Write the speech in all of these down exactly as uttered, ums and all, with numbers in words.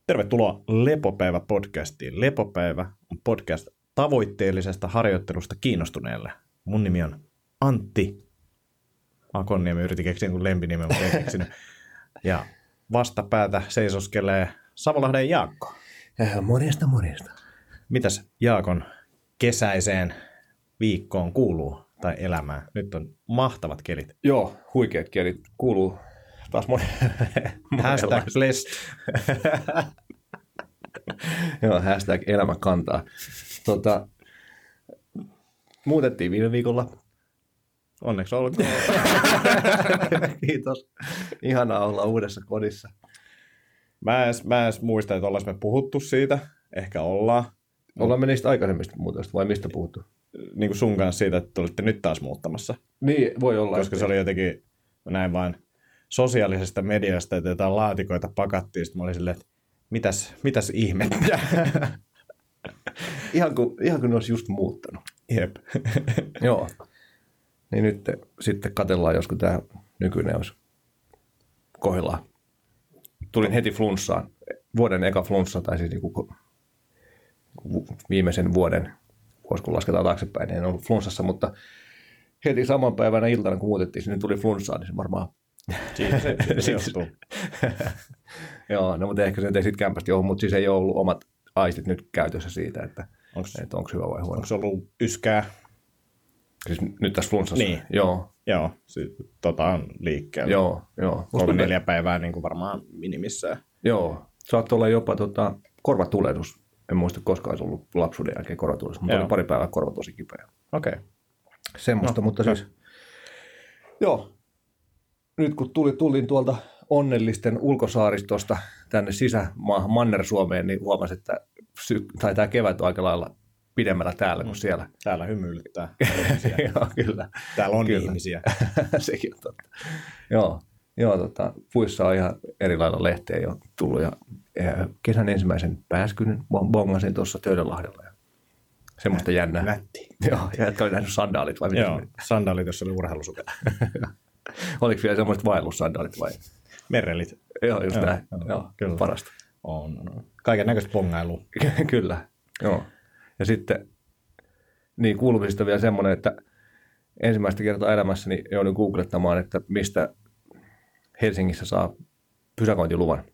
Tervetuloa Lepopäivä-podcastiin. Lepopäivä on podcast tavoitteellisesta harjoittelusta kiinnostuneelle. Mun nimi on Antti. Akonniemi yritin keksiä kuin lempinimen, mutta ei keksinyt. Ja vastapäätä seisoskelee Savolahden Jaakko. Morjesta, morjesta. Mitäs Jaakon kesäiseen viikkoon kuuluu tai elämään? Nyt on mahtavat kelit. Joo, huikeat kielit kuuluu taas moni. Hashtag blessed. Joo, hashtag elämä kantaa. Tota, muutettiin viime viikolla. Onneksi olkoon. Kiitos. Ihanaa olla uudessa kodissa. Mä en, mä en muista, että ollaan me puhuttu siitä. Ehkä ollaan. Ollaan me niistä aikaisemmista muutoista, vai mistä puhuttu? Niin kuin sun kanssa siitä, että olitte nyt taas muuttamassa. Niin, voi olla. Koska se oli jotenkin, näin vain sosiaalisesta mediasta, että jotain laatikoita pakattiin. Sitten mä olin silleen, että mitäs, mitäs ihmettä. ihan, kuin, ihan kuin ne olisi just muuttanut. Jep. Joo. Niin nyt sitten katsellaan, josko tämä nykyinen olisi kohdillaan. Tulin heti flunssaan. Vuoden eka flunssa, tai siis niinku viimeisen vuoden, voisiko lasketaan taaksepäin, niin en ollut flunssassa, mutta heti saman päivänä iltana, kun muutettiin, niin tuli flunssaan, niin se varmaan... Siitä se, siitä se johtuu. Joo, no mutta ehkä se ei sitten kämpästi johon, mutta siis ei ole ollut omat aistit nyt käytössä siitä, että onko onko hyvä vai huono. Onko se ollut yskää? Siis nyt tässä flunssassa? Niin. Joo. Joo, siis, tota on liikkeellä. Joo, joo. Kolme neljä päivää niin kuin varmaan minimissään. Joo, saattoi olla jopa tota, korvatulehdus. En muista koskaan olisi ollut lapsuuden jälkeen korvatulehdus, mutta oli pari päivää korva tosi kipeä. Okei. Okay. Semmoista, no, mutta no. siis... Joo. Nyt kun tuli, tulin tuolta onnellisten ulkosaaristosta tänne sisämaahan Manner-Suomeen, niin huomasin, että sy- tai tämä kevät on aika lailla pidemmällä täällä kuin siellä. Täällä hymyilyttää. Joo, kyllä. Täällä on kyllä. ihmisiä. Sekin on totta. Joo, joo tota, puissa on ihan eri lailla lehteä jo tullut. Ja, ja kesän ensimmäisen pääskyn bongasin tuossa Töölönlahdella. Ja semmoista Nä, jännää. Nätti. Joo, ja etkä oli nähnyt sandaalit vai mitä? Joo, sandaalit, jossa oli urheilusukat. Oliko vielä semmoiset vaellussandaalit vai? Merrelit. Joo, just joo, näin. Joo, joo, kyllä. Parasta. On, on, on. Kaiken näköistä bongailua. Kyllä, joo. Ja sitten niin kuulumisista vielä semmoinen, että ensimmäistä kertaa elämässäni joudun googlettamaan, että mistä Helsingissä saa pysäköintiluvan.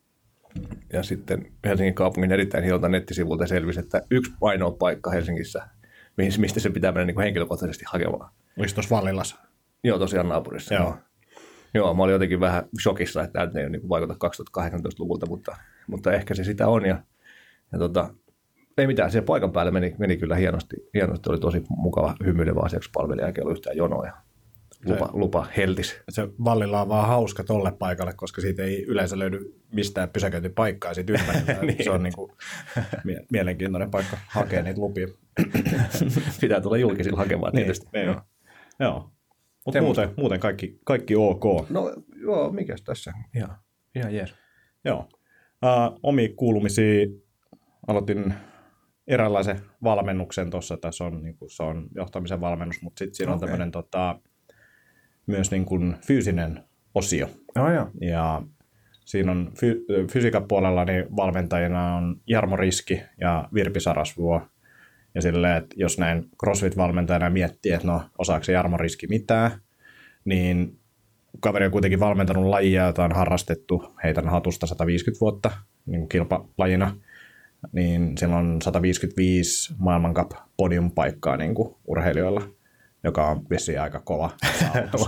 Ja sitten Helsingin kaupungin erittäin hiolta nettisivulta selvisi, että yksi ainoa paikka Helsingissä, mistä se pitää mennä niin kuin henkilökohtaisesti hakemaan. Oliko tuossa Vallilassa? Joo, tosiaan naapurissa. Joo. Joo. Joo, mä olin jotenkin vähän shokissa, että tämä ei niin vaikuta kaksituhattakahdeksantoista-luvulta, mutta, mutta ehkä se sitä on. Ja, ja tota, ei mitään, siellä paikan päälle meni, meni kyllä hienosti. Hienosti oli tosi mukava hymyilevä asiakaspalvelija, eikä ollut yhtään jonoa. Ja lupa, se, lupa heltis. Se Vallilla on vaan hauska tolle paikalle, koska siitä ei yleensä löydy mistään pysäköintipaikkaa siitä ympäriltä. niin. Se on niin kuin mie- mielenkiintoinen paikka hakea niitä lupia. Pitää tulla julkisilla hakemaan niin, tietysti. Niin. Joo. Joo. Mutta muuten, muuten kaikki, kaikki ok. No joo, mikäs tässä? Ihan, ihan jees. Joo. Uh, omia kuulumisia aloitin eräänlaisen valmennuksen tuossa. Tässä on, niin kuin, se on johtamisen valmennus, mutta sitten siinä okay. on tämmöinen tota, myös niin kuin fyysinen osio. Oh, joo. Ja siinä on fy- fysiikan puolella niin valmentajina on Jarmo Riski ja Virpi Sarasvuo. Ja silleen, että jos näin CrossFit-valmentajana miettii, että no osaako se Jarmo Riski mitään, niin kaveri on kuitenkin valmentanut lajia, jota on harrastettu heitän hatusta sata viisikymmentä vuotta niin kilpalajina, niin siellä on sata viisikymmentäviisi maailman cup podiumpaikkaa niin kuin urheilijoilla, joka on vissiin aika kova saavutus.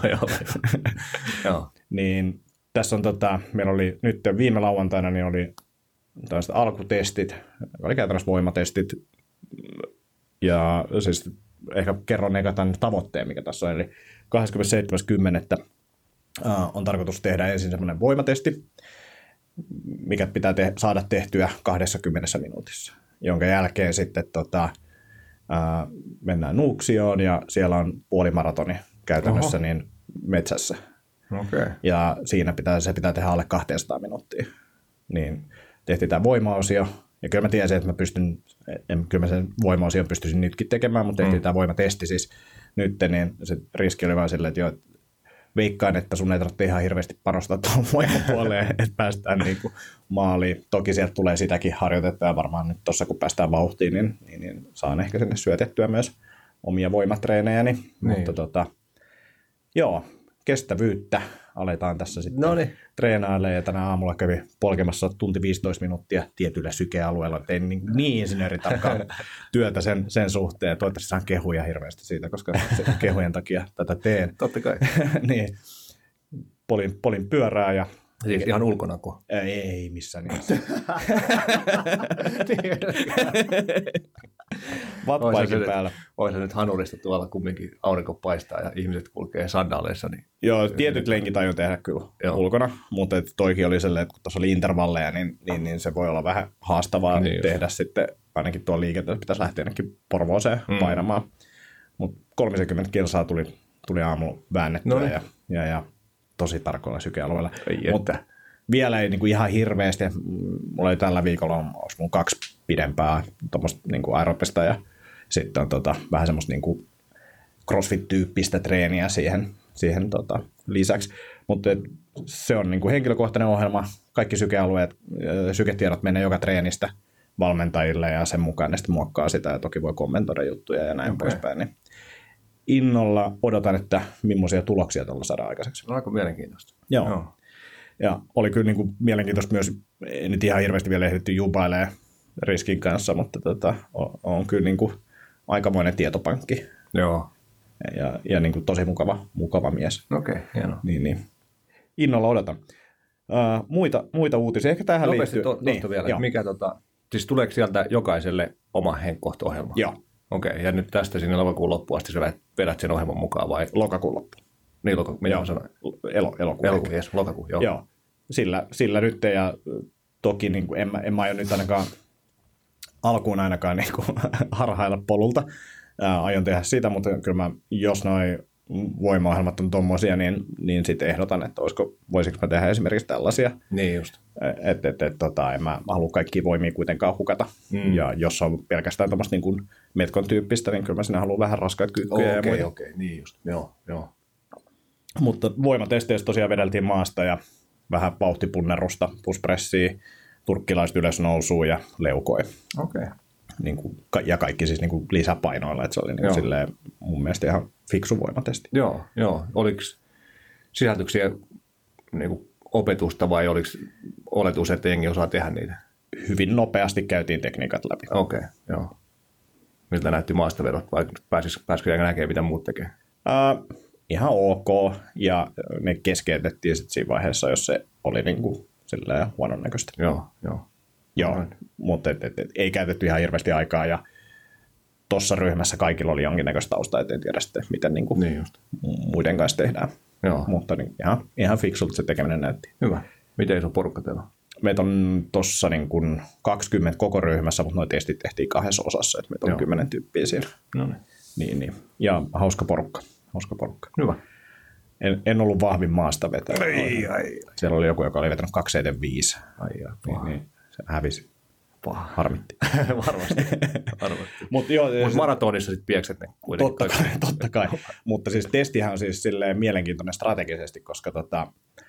Joo. Niin tässä on tota, meillä oli nyt viime lauantaina niin oli tällaiset alkutestit, oli käytännössä voimatestit, ja siis ehkä kerron eka tämän tavoitteen, mikä tässä on, eli kahdeskymmenesseitsemäs kymmenettä on tarkoitus tehdä ensin semmoinen voimatesti, mikä pitää te- saada tehtyä kaksikymmentä minuutissa, jonka jälkeen sitten tota, ää, mennään Nuuksioon, ja siellä on puolimaratoni käytännössä niin metsässä. Okay. Ja siinä pitää, se pitää tehdä alle kaksisataa minuuttia. Niin tehtiin tämä voimaosio, ja kyllä mä tiesin, että mä pystyn, en, kyllä mä sen voimaosion pystyisin nytkin tekemään, mutta tehtiin mm. tämä voimatesti siis nyt, niin se riski oli vaan silleen, että joo, veikkaan, että sun ei tarvitse ihan hirveästi panostaa tuohon voimapuoleen, että päästään niin kuin maaliin. Toki sieltä tulee sitäkin harjoitettua ja varmaan nyt tuossa kun päästään vauhtiin, niin, niin, niin saan ehkä sinne syötettyä myös omia voimatreenejäni. Niin. Mutta tota, joo, kestävyyttä aletaan tässä sitten Noniin. treenailemaan. Ja tänä aamulla kävi polkemassa tunti viisitoista minuuttia tietyllä sykealueella. Tein niin, niin insinööritarkkaan työtä sen, sen suhteen. Toivottavasti saan kehuja hirveästi siitä, koska kehujen takia tätä teen. Totta kai. niin. Polin, polin pyörää ja... Siis ihan ulkonako? Ei missään nimessä. Vappaikin päällä. Olisi nyt hanurista tuolla kumminkin aurinko paistaa ja ihmiset kulkee sandaaleissa. Niin... Joo, tietyt lenkit aion tehdä kyllä Joo. ulkona, mutta toikin oli sellainen, että kun tuossa oli intervalleja, niin, niin, niin se voi olla vähän haastavaa niin tehdä just. Sitten, ainakin tuolla liikenteessä pitäisi lähteä ainakin Porvooseen mm. painamaan. Mutta kolmekymmentä kilsaa tuli, tuli aamulla väännettyä ja, ja, ja tosi tarkoilla sykealueella. Mutta vielä ei niinku ihan hirveästi. Mulla oli tällä viikolla olisi mun kaksi pidempää tuommoista niinku aerobista ja sitten on tota, vähän semmoista niinku crossfit-tyyppistä treeniä siihen, siihen tota, lisäksi. Mutta se on niinku henkilökohtainen ohjelma. Kaikki sykealueet, syketiedot menee joka treenistä valmentajille ja sen mukaan ne sitten muokkaa sitä ja toki voi kommentoida juttuja ja näin okay. poispäin. Niin innolla odotan, että millaisia tuloksia tuolla saadaan aikaiseksi. No, aika mielenkiintoista. Joo. Joo. Ja oli kyllä niin kuin mielenkiintoista myös, ei nyt ihan hirveästi vielä ehditty jubailemaan riskin kanssa, mutta tota, on, on kyllä niin kuin aikamoinen tietopankki. Joo. Ja, ja niin kuin tosi mukava, mukava mies. Okei, okay, hienoa. Niin, niin. Innolla odotan. Uh, muita, muita uutisia. Ehkä tähän Nopeasti liittyy. Nopeasti tuosta niin, vielä. Mikä, tota, siis tuleeko sieltä jokaiselle oma henkkohto-ohjelma? Joo. Okei, okay, ja nyt tästä sinne lokakuun loppuun asti sä vedät sen ohjelman mukaan vai? Lokakuun loppu. Niin, lokakuun, mitä mä sanoin? Elo, elokuun. Elokuun, jes, lokakuun, joo. Joo, sillä, sillä nyt ja toki niin kuin en, mä, en mä aio nyt ainakaan alkuun ainakaan niin kuin harhailla polulta. Ää, aion tehdä sitä, mutta kyllä mä, jos noi voimaohjelmat on tommosia, niin, niin sitten ehdotan, että olisiko, voisinko mä tehdä esimerkiksi tällaisia. Niin just. Että et, et, tota, en mä halua kaikkia voimia kuitenkaan hukata. Mm. Ja jos on pelkästään tämmöistä niin kuin Metkon tyyppistä, niin kyllä mä sinä haluan vähän raskaita kyykkyjä okay, ja muita. Okei, okei, niin just. Joo, joo. Mutta voimatesteissä tosiaan vedeltiin maasta ja vähän vauhtipunnerusta, pushpressiä, turkkilaista ylösnousua ja leukoi. Okei. Okay. Niin kuin, ja kaikki siis niin kuin lisäpainoilla, että se oli niin kuin silleen, mun mielestä ihan fiksu voimatesti. Joo, joo. Oliko sisältyksiä niin kuin opetusta vai oliko oletus, että jengi osaa tehdä niitä? Hyvin nopeasti käytiin tekniikat läpi. Okei, okay, joo. Miltä näytti maastavedot vai pääsikö, pääsikö näkemään, mitä muut tekee? Uh, ihan ok, ja ne keskeytettiin sitten siinä vaiheessa, jos se oli niin kuin silleen huonon näköistä. Joo, joo. Joo, no. Mutta et, et, et, ei käytetty ihan hirveästi aikaa, ja tuossa ryhmässä kaikilla oli jonkinnäköistä taustaa, et en tiedä sitten, miten niin kuin niin just. muiden kanssa tehdään. Joo. Mutta niin, ihan, ihan fiksulta se tekeminen näytti. Hyvä. Miten iso porukka teillä on? Meitä on tuossa niin kuin kaksikymmentä koko ryhmässä, mutta nuo testit tehtiin kahdessa osassa, että meitä on Joo. kymmenen tyyppiä siinä. No niin. Niin, niin. Ja hauska porukka. Hauska porukka. Hyvä. En, en ollut vahvin maasta vetää. Ai, ai. Siellä oli joku, joka oli vetänyt kaksi seitsemänkymmentäviisi. Ai, ai, niin, niin, se hävisi. Paha. Harmitti. Varmasti. Varmasti. Mut joo, Mut maratonissa sitten piekset ne kuitenkin. Totta kai, totta kai. Mutta siis testihän on siis silleen mielenkiintoinen strategisesti, koska tota,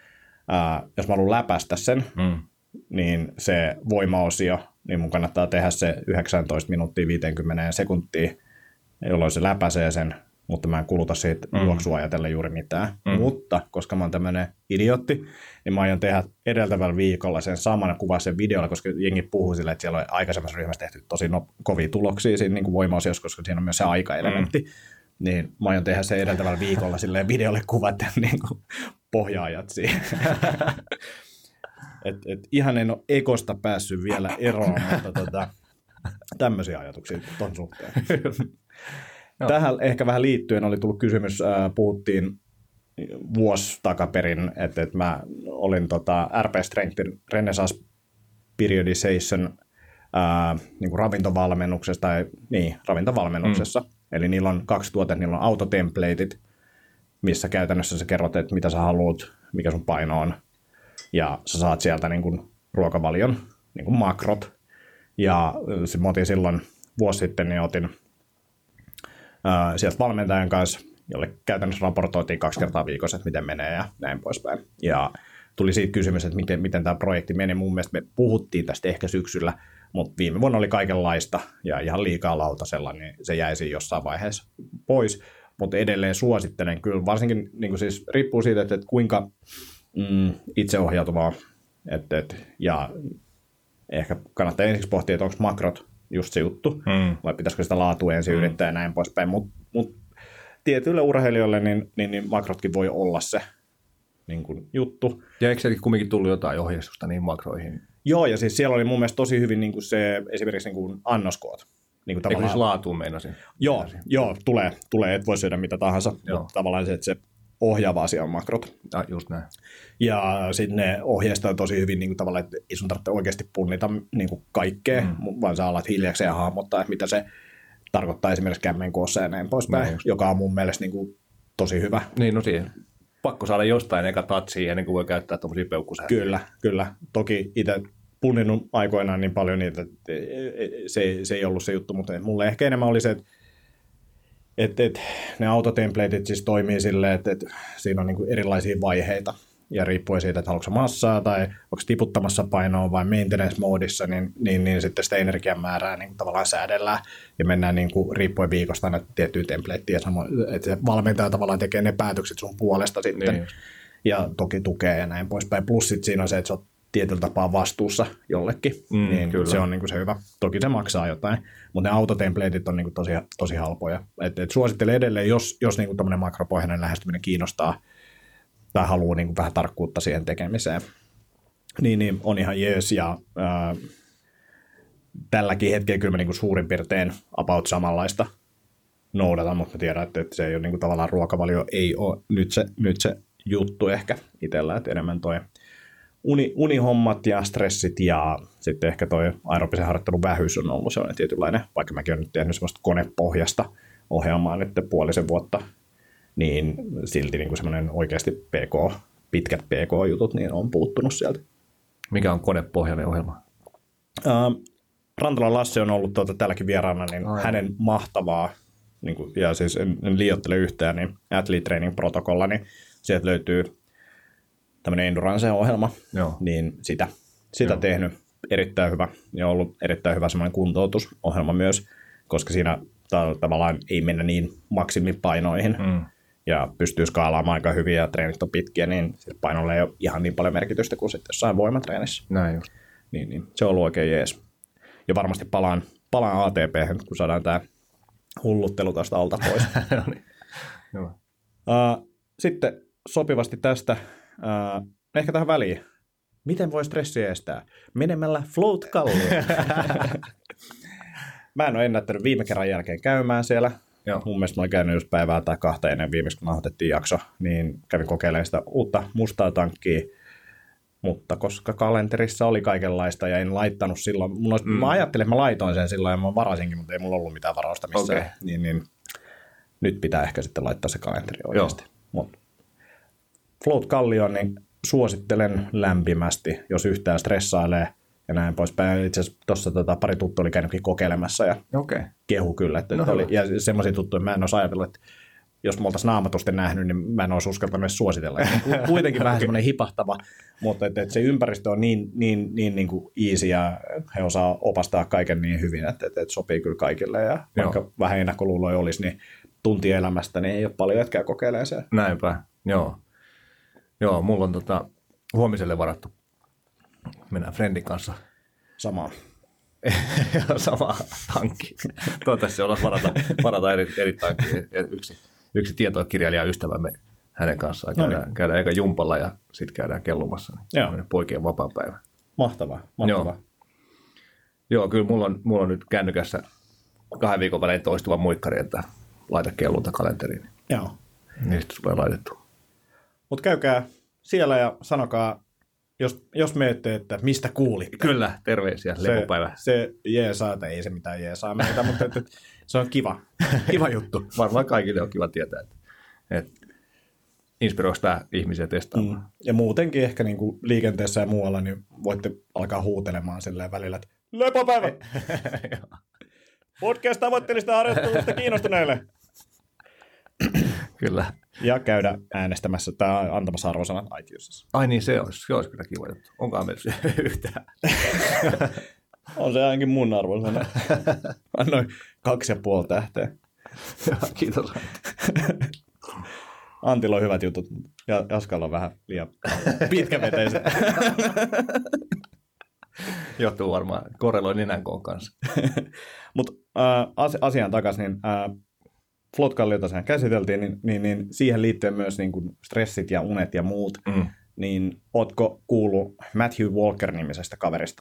ää, jos mä haluan läpäistä sen, mm. niin se voimaosio, niin mun kannattaa tehdä se yhdeksäntoista minuuttia viisikymmentä sekuntia, jolloin se läpäisee sen, mutta mä en kuluta siitä mm. juoksua ajatellen juuri mitään. Mm. Mutta koska mä oon tämmönen idiootti, niin mä aion tehdä edeltävällä viikolla sen samana kuvaa sen videolla, koska jengi puhuu sille, että siellä on aikaisemmassa ryhmässä tehty tosi no, kovia tuloksia siinä niin voimaosiossa, koska siinä on myös se aikaelementti. Mm. Niin mä aion tehdä sen edeltävällä viikolla silleen videolle kuvat niin kuin pohjaajat siihen. et, et ihan en ole ekosta päässyt vielä eroon, mutta tota, tämmöisiä ajatuksia ton suhteen. Tähän ehkä vähän liittyen oli tullut kysymys, äh, puhuttiin vuosi takaperin, että, että mä olin tota R P Strengthin Renaissance Periodization äh, niin kuin ravintovalmennuksessa, tai niin, ravintovalmennuksessa. Mm. Eli niillä on kaksi tuotetta, niillä on autotemplateit, missä käytännössä sä kerrot, että mitä sä haluat, mikä sun paino on, ja sä saat sieltä niin kuin ruokavalion, niin kuin makrot. Ja mä otin silloin vuosi sitten, niin otin sieltä valmentajan kanssa jolle käytännössä raportoitiin kaksi kertaa viikossa, että miten menee ja näin poispäin. Ja tuli siitä kysymys, että miten, miten tämä projekti meni. Mun mielestä me puhuttiin tästä ehkä syksyllä, mutta viime vuonna oli kaikenlaista ja ihan liikaa lautasella, niin se jäisi jossain vaiheessa pois. Mutta edelleen suosittelen kyllä, varsinkin niin kuin siis riippuu siitä, että, että kuinka mm, itseohjautuvaa, että, että, ja ehkä kannattaa ensiksi pohtia, että onko makrot just se juttu, mm. vai pitäisikö sitä laatua ensin mm. yrittää ja näin poispäin, mutta mut tietyille urheilijoille niin, niin, niin makrotkin voi olla se niin kuin juttu. Ja eikö sielläkin kumminkin tullut jotain ohjeistusta niin makroihin? Joo, ja siis siellä oli mun mielestä tosi hyvin niin kuin se esimerkiksi niin kuin annoskoot. Niin kuin eikö siis laatuun meinasin? Joo, meinasin. joo tulee, tulee, et voi syödä mitä tahansa, joo. Mutta tavallaan se, että se ohjaava asia on makrot. Ah, just näin. Ja sitten ne ohjeistaa tosi hyvin niin kuin tavallaan, että ei sun tarvitse oikeasti punnita niin kuin kaikkea, mm. vaan sä alat hiljakseen hahmottaa, että mitä se tarkoittaa esimerkiksi kämmenkoossa ja näin poispäin, no, joka on mun mielestä niin kuin tosi hyvä. Niin, no siihen. Pakko saada jostain eka tatsia ennen kuin voi käyttää tuommoisia peukkusääntöjä. Kyllä, kyllä. Toki itse punninnut aikoinaan niin paljon niitä, että se, se ei ollut se juttu, mutta mulle ehkä enemmän oli se, että että, että ne autotemplateit siis toimii silleen, että, että siinä on niin kuin erilaisia vaiheita ja riippuen siitä, että haluatko massaa tai onko tiputtamassa painoa vai maintenance-moodissa, niin, niin, niin sitten sitä energian määrää niin kuin tavallaan säädellään ja mennään niin kuin riippuen viikosta aina tiettyyn templateen, että se valmentaja tavallaan tekee ne päätökset sun puolesta sitten niin. Ja toki tukee ja näin poispäin. Plus sitten siinä on se, että sä oot tietyllä tapaa vastuussa jollekin, mm, niin kyllä. Se on niin kuin se hyvä. Toki se maksaa jotain, mutta ne autotemplateit on niin kuin tosi, tosi halpoja. Et, et suosittelen edelleen, jos, jos niin kuin tämmöinen makropohjainen lähestyminen kiinnostaa tai haluaa niin kuin vähän tarkkuutta siihen tekemiseen, niin, niin on ihan jees. Ja ää, tälläkin hetkellä kyllä mä niin kuin suurin piirtein about samanlaista noudatan, mutta mä tiedän, että, että se ei ole niin kuin tavallaan ruokavalio, ei ole nyt se, nyt se juttu ehkä itsellä, että enemmän toi Uni, unihommat ja stressit ja sitten ehkä toi aerobisen harjoittelun vähyys on ollut sellainen tietynlainen, vaikka mäkin olen nyt tehnyt semmoista konepohjasta ohjelmaa nyt puolisen vuotta, niin silti niin kuin semmoinen oikeasti pk, pitkät P K-jutut niin on puuttunut sieltä. Mikä on konepohjainen ohjelma? Uh, Rantalan Lasse on ollut tuota, tälläkin vieraana, niin Ai. hänen mahtavaa, niin kuin, ja siis en, en liioittele yhtään, niin Athlete Training Protokolla, niin sieltä löytyy tämmöinen Endurance-ohjelma, Joo. niin sitä, sitä Joo. tehnyt erittäin hyvä ja on ollut erittäin hyvä semmoinen kuntoutusohjelma myös, koska siinä tavallaan ei mennä niin maksimipainoihin mm. ja pystyy skaalaamaan aika hyvin ja treenit on pitkiä, niin painolla ei ole ihan niin paljon merkitystä kuin sitten jossain voimatreenissä. Näin just. Niin, niin. Se on ollut oikein jees. Ja varmasti palaan, palaan A T P:hen, kun saadaan tämä hulluttelu tästä alta pois. no niin. Joo. Uh, sitten sopivasti tästä Uh, ehkä tähän väliin. Miten voi stressiä estää? Menemällä float-kallioon. Mä en ole ennättänyt viime kerran jälkeen käymään siellä. Joo. Mun mielestä mä olin käynyt just päivää tai kahta ennen viimeksi, kun nauhoitettiin jakso, niin kävin kokeilemaan sitä uutta mustaa tankkia. Mutta koska kalenterissa oli kaikenlaista ja en laittanut silloin, mun olisi, mm. mä ajattelin, että mä laitoin sen silloin ja mä varasinkin, mutta ei mulla ollut mitään varausta missään. Okay. Niin, niin, nyt pitää ehkä sitten laittaa se kalenteri oikeasti. Mutta Float-kallioon, niin suosittelen lämpimästi, jos yhtään stressailee ja näin poispäin. Itse asiassa tuossa tota, pari tuttua oli käynytkin kokeilemassa ja okay. kehu kyllä. Että, no, että oli, ja semmoisia tuttuja mä en olisi ajatellut, että jos me oltaisiin naamatusten nähnyt, niin mä en olisi uskaltanut edes suositella. Kuitenkin vähän semmoinen hipahtava, mutta että, että se ympäristö on niin, niin, niin, niin kuin easy ja he osaa opastaa kaiken niin hyvin, että, että, että sopii kyllä kaikille. Ja vaikka Joo. vähän ennakkoluuloja olisi, niin tunti elämästä niin ei ole paljon jätkää kokeilemaan se. Näinpä, joo. Joo, mulla on tota, huomiselle varattu. Mennään friendin kanssa. Samaa. Sama tankki. Toivottavasti se olisi varata, varata eri, eri tankki. Yksi, yksi tietokirjailija ystävämme hänen kanssaan. Käydään, no niin. käydään eikä jumpalla ja sitten käydään kellumassa. Niin poikien vapaa päivä. Mahtavaa. Mahtavaa. Joo. Joo, kyllä mulla on, mulla on nyt kännykässä kahden viikon välein toistuva muikkari, että laita kellunta kalenteriin. Joo. Niistä tulee laitettu. Mutta käykää siellä ja sanokaa, jos, jos mietitte, että mistä kuulitte. Kyllä, terveisiä, lepopäivä. Se, se jeesaa, tai ei se mitään jeesaa meitä, mutta että, että se on kiva, kiva juttu. Varmaan kaikille on kiva tietää, että, että inspiroiko tämä ihmisiä testaamaan. Mm. Ja muutenkin ehkä niin kuin liikenteessä ja muualla, niin voitte alkaa huutelemaan silleen välillä, että lepopäivä! Podcast tavoitteellista harjoittelusta kiinnostuneille. Kyllä. Ja käydä äänestämässä tai antamassa arvosanat iTunesissa. Ai niin, se olisi, se olisi kyllä kiva juttu. Onkaan meillä se yhtään? On se ainakin mun arvosana. Annoin kaksi ja puoli tähteä. Kiitos. Antilla on hyvät jutut, ja Jaskalla on vähän liian pitkäveteiset. Johtuu varmaan korreloi nenänkoon kanssa. Mutta äh, asiaan takaisin, niin äh, Flotkalli, jota sen käsiteltiin, niin, niin, niin siihen liittyen myös niin kuin stressit ja unet ja muut. Mm. Niin ootko kuullut Matthew Walker-nimisestä kaverista?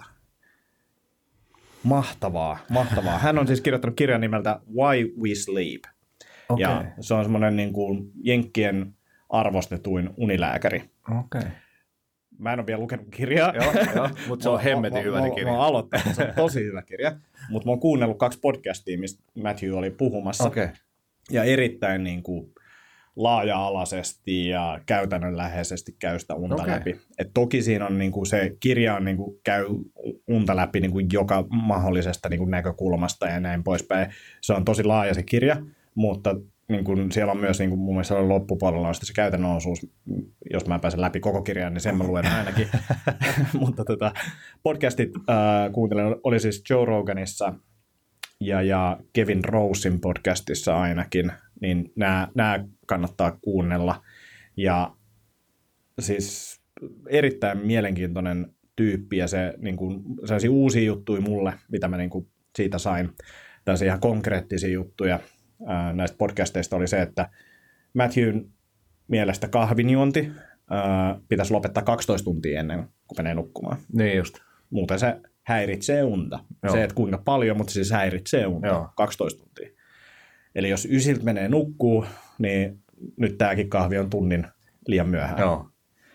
Mahtavaa, mahtavaa. Hän on siis kirjoittanut kirjan nimeltä Why We Sleep. Okay. Ja se on semmoinen niin kuin jenkkien arvostetuin unilääkäri. Okay. Mä en ole vielä lukenut kirjaa. Joo, jo, mutta se on hemmetin hyvä kirja. Mä oon aloittanut, se on tosi hyvä kirja. Mutta mä oon kuunnellut kaksi podcastia, mistä Matthew oli puhumassa. Okay. Ja erittäin niin kuin laaja-alaisesti ja käytännönläheisesti käy sitä unta okay. läpi. Et toki siinä on niin kuin se kirja on niin kuin käy unta läpi niin kuin joka mahdollisesta niin kuin näkökulmasta ja näin poispäin. Se on tosi laaja se kirja, mutta niin kuin siellä on myös niin kuin mun mielestä loppupuolella on se käytännön osuus, jos mä pääsen läpi koko kirjan, niin sen mä luen ainakin. Mutta tota, podcastit äh, kuuntelen, oli siis Joe Roganissa ja, ja Kevin Rosen podcastissa ainakin, niin nämä, nämä kannattaa kuunnella. Ja siis erittäin mielenkiintoinen tyyppi ja se niin kuin, sellaisia uusia juttuja mulle, mitä mä niin kuin siitä sain, tällaisia ihan konkreettisia juttuja ää, näistä podcasteista oli se, että Matthewn mielestä kahvinjuonti ää, pitäisi lopettaa kaksitoista tuntia ennen kuin menee nukkumaan. Niin just. Muuten se häiritsee unta. Joo. Se, että kuinka paljon, mutta siis häiritsee unta. Joo. kaksitoista tuntia. Eli jos ysiltä menee nukkuu, niin nyt tämäkin kahvi on tunnin liian myöhään. Joo.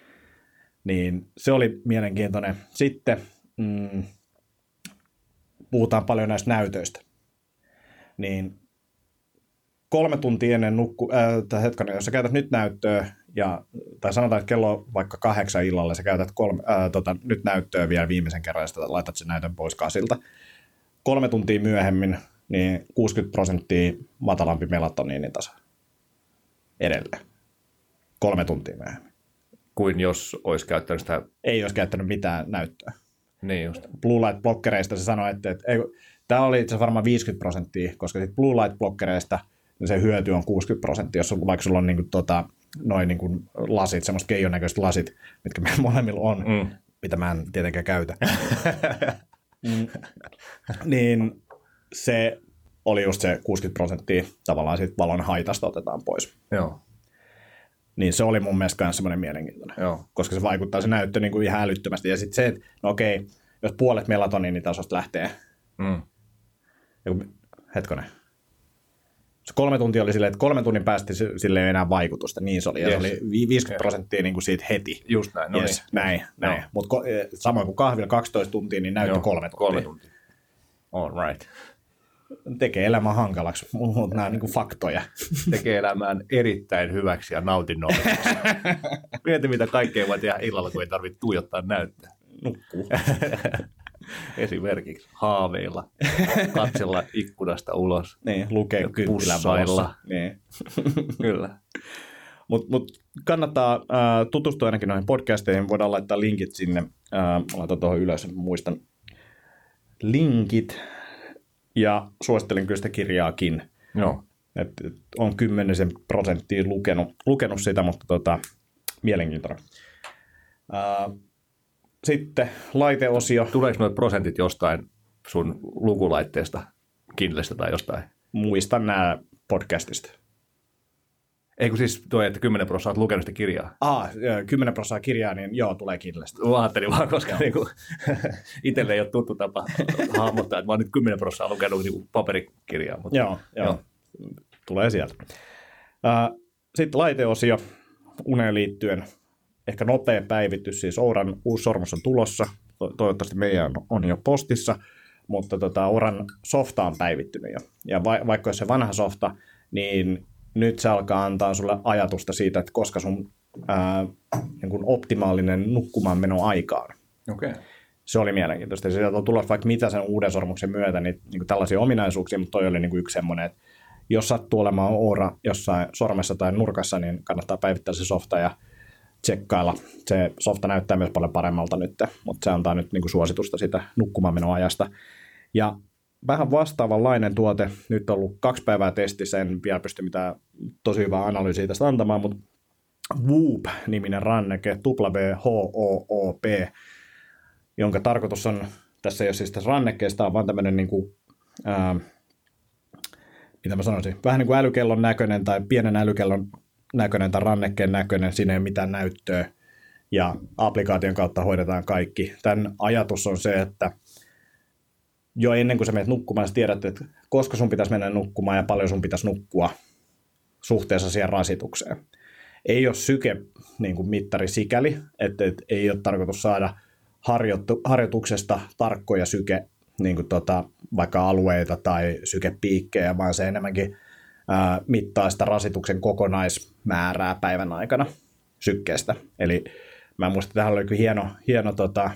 Niin se oli mielenkiintoinen. Sitten mm, puhutaan paljon näistä näytöistä. Niin kolme tuntia ennen nukku, äh, hetkinen, jos sä käytät nyt näyttöä, ja, tai sanotaan, että kello on vaikka kahdeksan illalla, sä käytät kolme, äh, tota, nyt näyttöä vielä viimeisen kerran, ja sitten laitat sen näytön pois kasilta. Kolme tuntia myöhemmin, niin kuusikymmentä prosenttia matalampi melatoniinitaso edelleen. Kolme tuntia myöhemmin. Kuin jos olisi käyttänyt sitä... Ei olisi käyttänyt mitään näyttöä. Niin just. Blue light blockereista se sanoi, että, että ei, tämä oli itse varmaan viisikymmentä prosenttia, koska sit blue light blockereista niin se hyöty on kuusikymmentä prosenttia, jos vaikka sulla on niin kuin, tota, noin niin kuin lasit, semmoiset keijon näköiset lasit, mitkä meillä molemmilla on, mm. mitä mä en tietenkään käytä. mm. Niin se oli just se kuusikymmentä prosenttia tavallaan siitä valon haitasta otetaan pois. Joo. Niin se oli mun mielestä myös semmoinen mielenkiintoinen, Joo. koska se vaikuttaa se näyttö niin kuin ihan älyttömästi. Ja sitten se, että no okei, jos puolet melatoniinitasosta lähtee, mm. hetkonen, se kolme tuntia oli silleen, että kolmen tunnin päästä sille ei enää vaikutusta, niin se oli. Ja yes. Se oli viisikymmentä prosenttia niin kuin siitä heti. Just näin, no yes, niin. Näin, näin. Mutta samoin kuin kahvilla kaksitoista tuntia, niin näyttö Joo, kolme tuntia. Kolme tuntia. All right. Tekee elämän hankalaksi, mutta nämä on niin kuin faktoja. Tekee elämään erittäin hyväksi ja nautinnolliseksi. Mieti, mitä kaikkea voi tehdä illalla, kun ei tarvitse tuijottaa näyttöä. Nukkuu. Esimerkiksi haaveilla, katsella ikkunasta ulos. Niin, lukee kynttilän valossa. Niin. Kyllä. Mutta mut kannattaa äh, tutustua ainakin noihin podcasteihin. Voidaan laittaa linkit sinne. Äh, laitan tuohon ylös, muistan linkit. Ja suosittelen kyllä sitä kirjaakin. Joo. Et, et on kymmenisen prosenttia lukenut, lukenut sitä, mutta tota, mielenkiintoinen. Äh, Sitten laiteosio. Tuleeko nuo prosentit jostain sun lukulaitteesta, Kindlestä tai jostain? Muistan nämä podcastista. Eikö siis tuo, että kymmenen prosenttia olet lukenut sitä kirjaa? Ah, kymmenen prosenttia kirjaa, niin joo, tulee Kindlestä. Mä ajattelin vaan, koska niinku, itselle ei ole tuttu tapa hahmottaa, että mä oon nyt kymmenen prosenttia lukenut niinku paperikirjaa. Mutta, joo, joo, joo, tulee sieltä. Uh, sitten laiteosio uneen liittyen. Ehkä nopea päivitys, siis Ouran uusi sormus on tulossa, toivottavasti meidän on jo postissa, mutta tota, Ouran softa on päivittynyt jo. Ja va- vaikka se vanha softa, niin nyt se alkaa antaa sulle ajatusta siitä, että koska sun ää, niin kuin optimaalinen nukkumaanmeno aikaan. Okay. Se oli mielenkiintoista. Ja sieltä on tulossa vaikka mitä sen uuden sormuksen myötä, niin, niin kuin tällaisia ominaisuuksia, mutta toi oli niin kuin yksi semmoinen, että jos sattuu olemaan oura jossain sormessa tai nurkassa, niin kannattaa päivittää se softa ja tsekkailla. Se softa näyttää myös paljon paremmalta nyt, mutta se antaa nyt niin kuin suositusta sitä nukkumaanmenoajasta. Ja vähän vastaavanlainen tuote, nyt on ollut kaksi päivää testissä, en vielä pysty mitään tosi hyvää analyysiä tästä antamaan, mutta Whoop-niminen ranneke, W H O O P, jonka tarkoitus on, tässä ei ole siis tässä rannekkeesta, on vaan tämmöinen, niin kuin, ää, mitä mä sanoisin, vähän niin kuin älykellon näköinen tai pienen älykellon näköinen tai rannekkeen näköinen, siinä ei ole mitään näyttöä, ja applikaation kautta hoidetaan kaikki. Tämän ajatus on se, että jo ennen kuin sä menet nukkumaan, sä tiedät, että koska sun pitäisi mennä nukkumaan ja paljon sun pitäisi nukkua suhteessa siihen rasitukseen. Ei ole syke niin kuin mittari sikäli, että, että ei ole tarkoitus saada harjoittu, harjoituksesta tarkkoja syke, niin kuin tota, vaikka alueita tai sykepiikkejä, vaan se enemmänkin ää, mittaa sitä rasituksen kokonaismäärää päivän aikana sykkeestä. Eli mä muistan, että tähän oli hieno, hieno tota,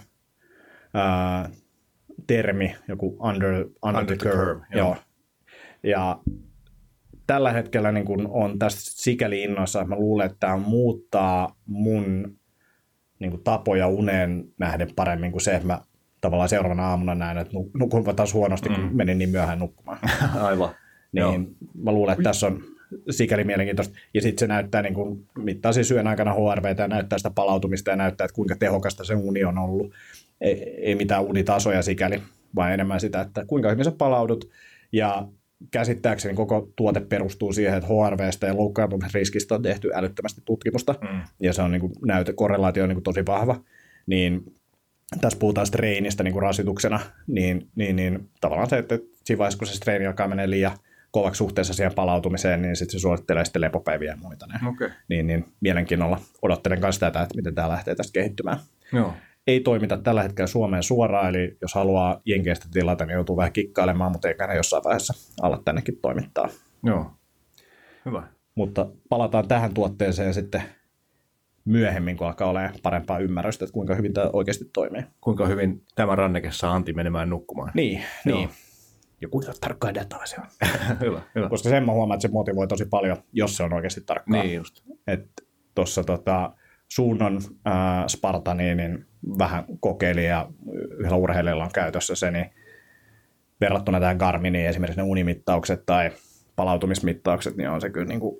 ää, termi, joku under, under, under the, the curve. curve joo. Joo. Ja tällä hetkellä niin kun on tästä sikäli innoissa, että mä luulen, että tämä muuttaa mun niin kun tapoja uneen nähden paremmin kuin se, että mä tavallaan seuraavana aamuna näen, että nukun taas huonosti, mm. kun menin niin myöhään nukkumaan. Aivan. Niin joo. Mä luulen, että tässä on sikäli mielenkiintoista. Ja sitten se näyttää, niin kun mittaa siis yön aikana H R V:tä ja näyttää sitä palautumista ja näyttää, että kuinka tehokasta se uni on ollut. Ei, ei mitään unitasoja sikäli, vaan enemmän sitä, että kuinka hyvin sä palaudut. Ja käsittääkseni koko tuote perustuu siihen, että H R V:stä ja loukkaantumisriskistä on tehty älyttömästi tutkimusta, mm. ja se on niin kuin näyte, korrelaatio on niin kuin tosi vahva. Niin tässä puhutaan streinistä niin kuin rasituksena, niin, niin, niin tavallaan se, että siinä vaiheessa, kun se streini alkaa menee liian kovaksi suhteessa siihen palautumiseen, niin sitten se suosittelee sitten lepopäiviä ja muita. Okay. Niin, niin mielenkiinnolla odottelen myös tätä, että miten tämä lähtee tästä kehittymään. Joo. Ei toimita tällä hetkellä Suomeen suoraan, eli jos haluaa Jenkeistä tilata, niin joutuu vähän kikkailemaan, mutta eikä ne jossain vaiheessa alla tännekin toimittaa. Joo, hyvä. Mutta palataan tähän tuotteeseen sitten myöhemmin, kun alkaa olemaan parempaa ymmärrystä, että kuinka hyvin tämä oikeasti toimii. Kuinka hyvin tämä ranneke saa Antti menemään nukkumaan. Niin, niin. Ja kuinka tarkkaa dataa se on. Hyvä, hyvä. Koska sen mä huomaan, että se motivoi tosi paljon, jos se on oikeasti tarkkaa. Niin just. Että tuossa tota, Suunnon äh, Spartaniin niin vähän kokeili ja yhdellä urheilijalla on käytössä se, niin verrattuna tähän Garminiin esimerkiksi ne unimittaukset tai palautumismittaukset, niin on se kyllä niin kuin,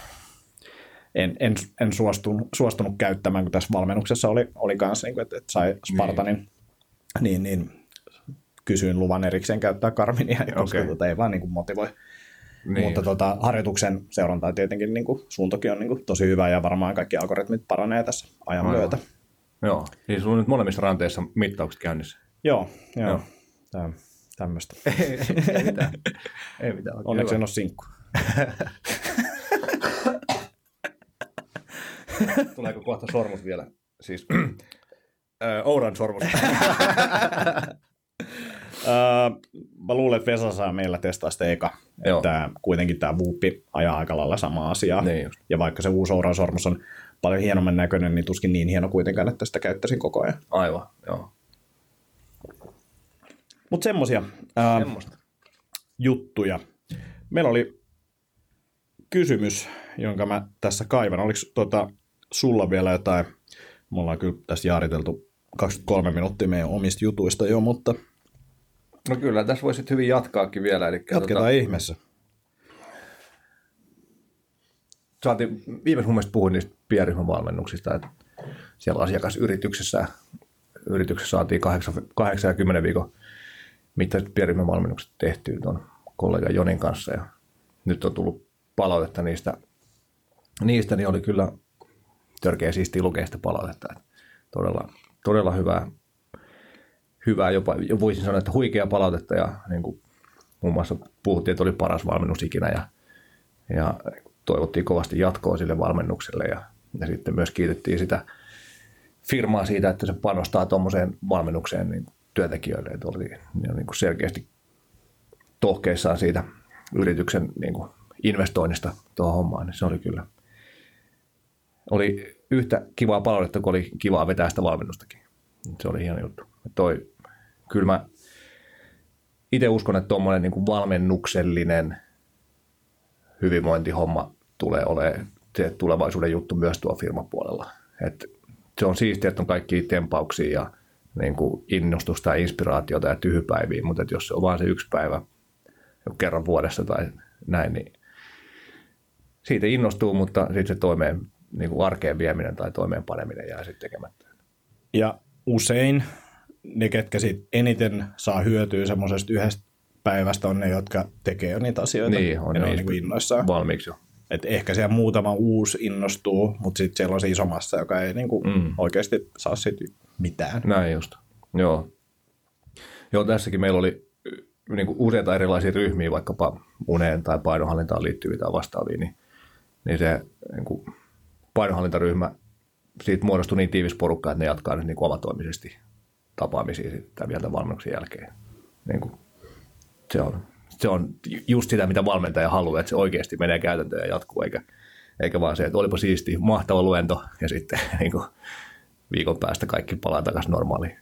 en, en, en suostunut, suostunut käyttämään, kun tässä valmennuksessa oli, oli kanssa, niin kuin, että, että sai Spartanin, niin, niin, niin kysyin luvan erikseen käyttää Garminia, koska okay. tota ei vaan niin kuin motivoi. Niin. Mutta tota, harjoituksen seurantaa tietenkin niin kuin, suuntokin on niin kuin, tosi hyvä ja varmaan kaikki algoritmit paranee tässä ajan Aivan. myötä. Joo, niin sulla on nyt molemmissa ranteissa mittaukset käynnissä. Joo, joo. joo. Tää, tämmöistä. ei, ei mitään. Ei mitään. Onneksi hyvä. En ole sinkku. Tuleeko kohta sormus vielä? Siis Ouran sormus. Uh, mä luulen, että Vesa saa meillä testaa sitä eka. Että kuitenkin tämä Whoopi ajaa aika lailla samaa asiaa. Niin ja vaikka se uusi Ouran sormus on paljon hienomman näköinen, niin tuskin niin hieno kuitenkaan, että sitä käyttäisin koko ajan. Aivan, joo. Mutta semmosia uh, juttuja. Meillä oli kysymys, jonka mä tässä kaivan. Oliko tota, sulla vielä jotain? Me ollaan kyllä tässä jaariteltu kaksikymmentäkolme minuuttia meidän omista jutuista jo, mutta... No kyllä, tässä voisit hyvin jatkaakin vielä. Eli Jatketaan tota... ihmeessä. Saatiin, viimeis mun mielestä puhuin niistä pienryhmän valmennuksista, että siellä asiakasyrityksessä yrityksessä saatiin kahdeksan ja kymmenen viikon mittaiset pienryhmän valmennukset tehtyä tuon kollega Jonin kanssa. Ja nyt on tullut palautetta niistä, niistä niin oli kyllä törkeä siistiä lukea sitä palautetta. Että todella, todella hyvää, hyvää, jopa voisin sanoa, että huikea palautetta ja niin kuin muun muassa puhuttiin, että oli paras valmennus ikinä ja, ja toivottiin kovasti jatkoa sille valmennukselle ja, ja sitten myös kiitettiin sitä firmaa siitä, että se panostaa tuommoiseen valmennukseen niin työntekijöille, että oli niin kuin selkeästi tohkeissaan siitä yrityksen niin kuin investoinnista tuohon hommaan, niin se oli kyllä oli yhtä kivaa palautetta, kun oli kivaa vetää sitä valmennustakin. Se oli hieno juttu. Toi, kyllä mä itse uskon, että tuommoinen niin kuin valmennuksellinen hyvinvointihomma tulee olemaan se tulevaisuuden juttu myös tuo firmapuolella. Et se on siistiä, että on kaikkia tempauksia ja niin kuin innostusta ja inspiraatiota ja tyhjypäiviä, mutta jos se on vain se yksi päivä kerran vuodessa tai näin, niin siitä innostuu, mutta sitten se toimeen, niin kuin arkeen vieminen tai toimeenpaneminen jää sitten tekemättä. Ja usein ne, ketkä sit eniten saa hyötyä semmoisesta yhdestä päivästä, on ne, jotka tekee jo niitä asioita. Niin, on, ne on on niin kuin innoissaan. Valmiiksi jo. Et ehkä siellä muutama uusi innostuu, mutta sitten siellä on se iso massa, joka ei niin kuin mm. oikeasti saa siitä mitään. Näin just. Joo. Joo, tässäkin meillä oli niin kuin useita erilaisia ryhmiä, vaikkapa uneen tai painonhallintaan liittyviä tai vastaavia, niin, niin se niin kuin painonhallintaryhmä, siitä muodostui niin tiivis porukka, että ne jatkaa nyt niin kuin omatoimisesti tapaamisia sitten vielä tämän valmennuksen jälkeen. Niin kuin, se, on, se on just sitä, mitä valmentaja haluaa, että se oikeasti menee käytäntöön ja jatkuu, eikä, eikä vaan se, että olipa siisti, mahtava luento ja sitten niin kuin viikon päästä kaikki palaa takaisin normaaliin.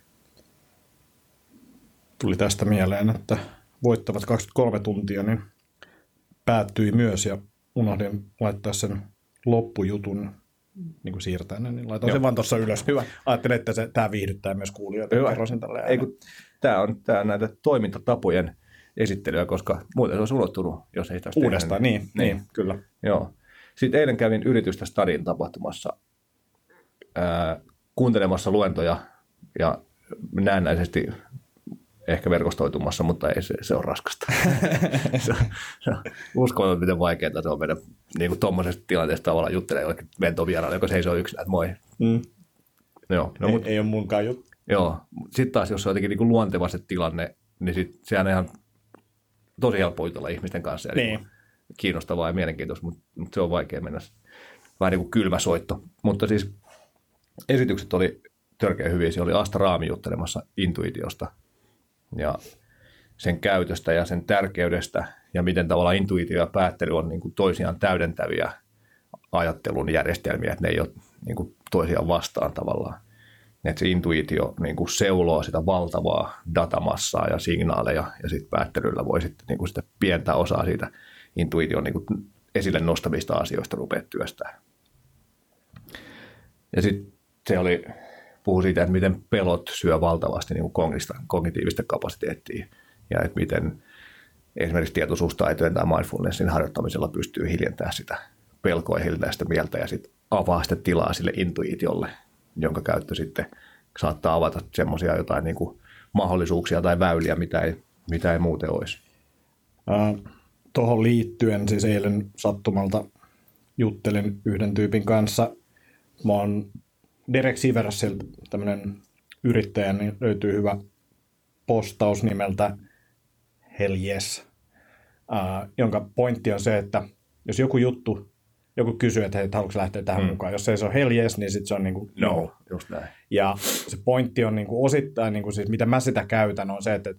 Tuli tästä mieleen, että voittavat kaksikymmentäkolme tuntia, niin päättyi myös ja unohdin laittaa sen loppujutun niin kuin siirtäjänä, niin laitan Joo. sen vaan tuossa ylös. Hyvä. Ajattelin, että se, tämä viihdyttää myös kuulijoita. Hyvä. Ei, kun, tämä on tämä näitä toimintatapojen esittelyä, koska muuten se olisi ulottunut, jos ei sitä uudestaan, niin, niin, niin, kyllä. Joo. Sitten eilen kävin Yritystä Stadin tapahtumassa ää, kuuntelemassa luentoja ja näennäisesti ehkä verkostoitumassa, mutta ei se, se on raskasta. se, se uskomaton, miten vaikeaa se on mennä niin tuommoisesta tilanteesta tavallaan juttelemaan jollekin mentovieraalle, joka seisoo yksin, että moi. Mm. Joo, no, ei, mut, ei ole munkaan juttu. Joo, sitten taas jos se on jotenkin niin luonteva se tilanne, niin sit, sehän on ihan tosi helppo jutella ihmisten kanssa ja niin. Niin kiinnostavaa ja mielenkiintoista, mutta, mutta se on vaikea mennä vähän niin kuin kylmä soitto. Mutta siis esitykset oli törkeä hyviä. Siellä oli Asta Raami juttelemassa intuitiosta ja sen käytöstä ja sen tärkeydestä ja miten tavallaan intuitio ja päättely on niin kuin toisiaan täydentäviä ajattelun järjestelmiä, että ne ei ole niin kuin toisiaan vastaan tavallaan. Että se intuitio niin kuin seuloo sitä valtavaa datamassaa ja signaaleja ja sitten päättelyllä voi sitten niin kuin sitä pientä osaa siitä intuition niin kuin esille nostavista asioista rupeaa työstään. Ja sitten se oli, puhui siitä, että miten pelot syö valtavasti niin kuin kognitiivista kapasiteettia ja että miten esimerkiksi tietoisuustaitojen tai mindfulnessin harjoittamisella pystyy hiljentämään sitä pelkoa ja hiljentämään sitä mieltä ja sitten avaa sitä tilaa sille intuitiolle, jonka käyttö sitten saattaa avata semmoisia jotain niin kuin mahdollisuuksia tai väyliä, mitä ei, mitä ei muuten olisi. Äh, Tuohon liittyen siis eilen sattumalta juttelin yhden tyypin kanssa. Mä oon Derek Siversiltä tämmöinen yrittäjä, niin löytyy hyvä postaus nimeltä Hell Yes, äh, jonka pointti on se, että jos joku juttu, joku kysyy, että hei, haluatko lähteä tähän mm. mukaan, jos ei se ole Hell Yes, niin sitten se on niin kuin no. no. Just näin. Ja se pointti on niin kuin osittain, niin kuin siis, mitä mä sitä käytän, on se, että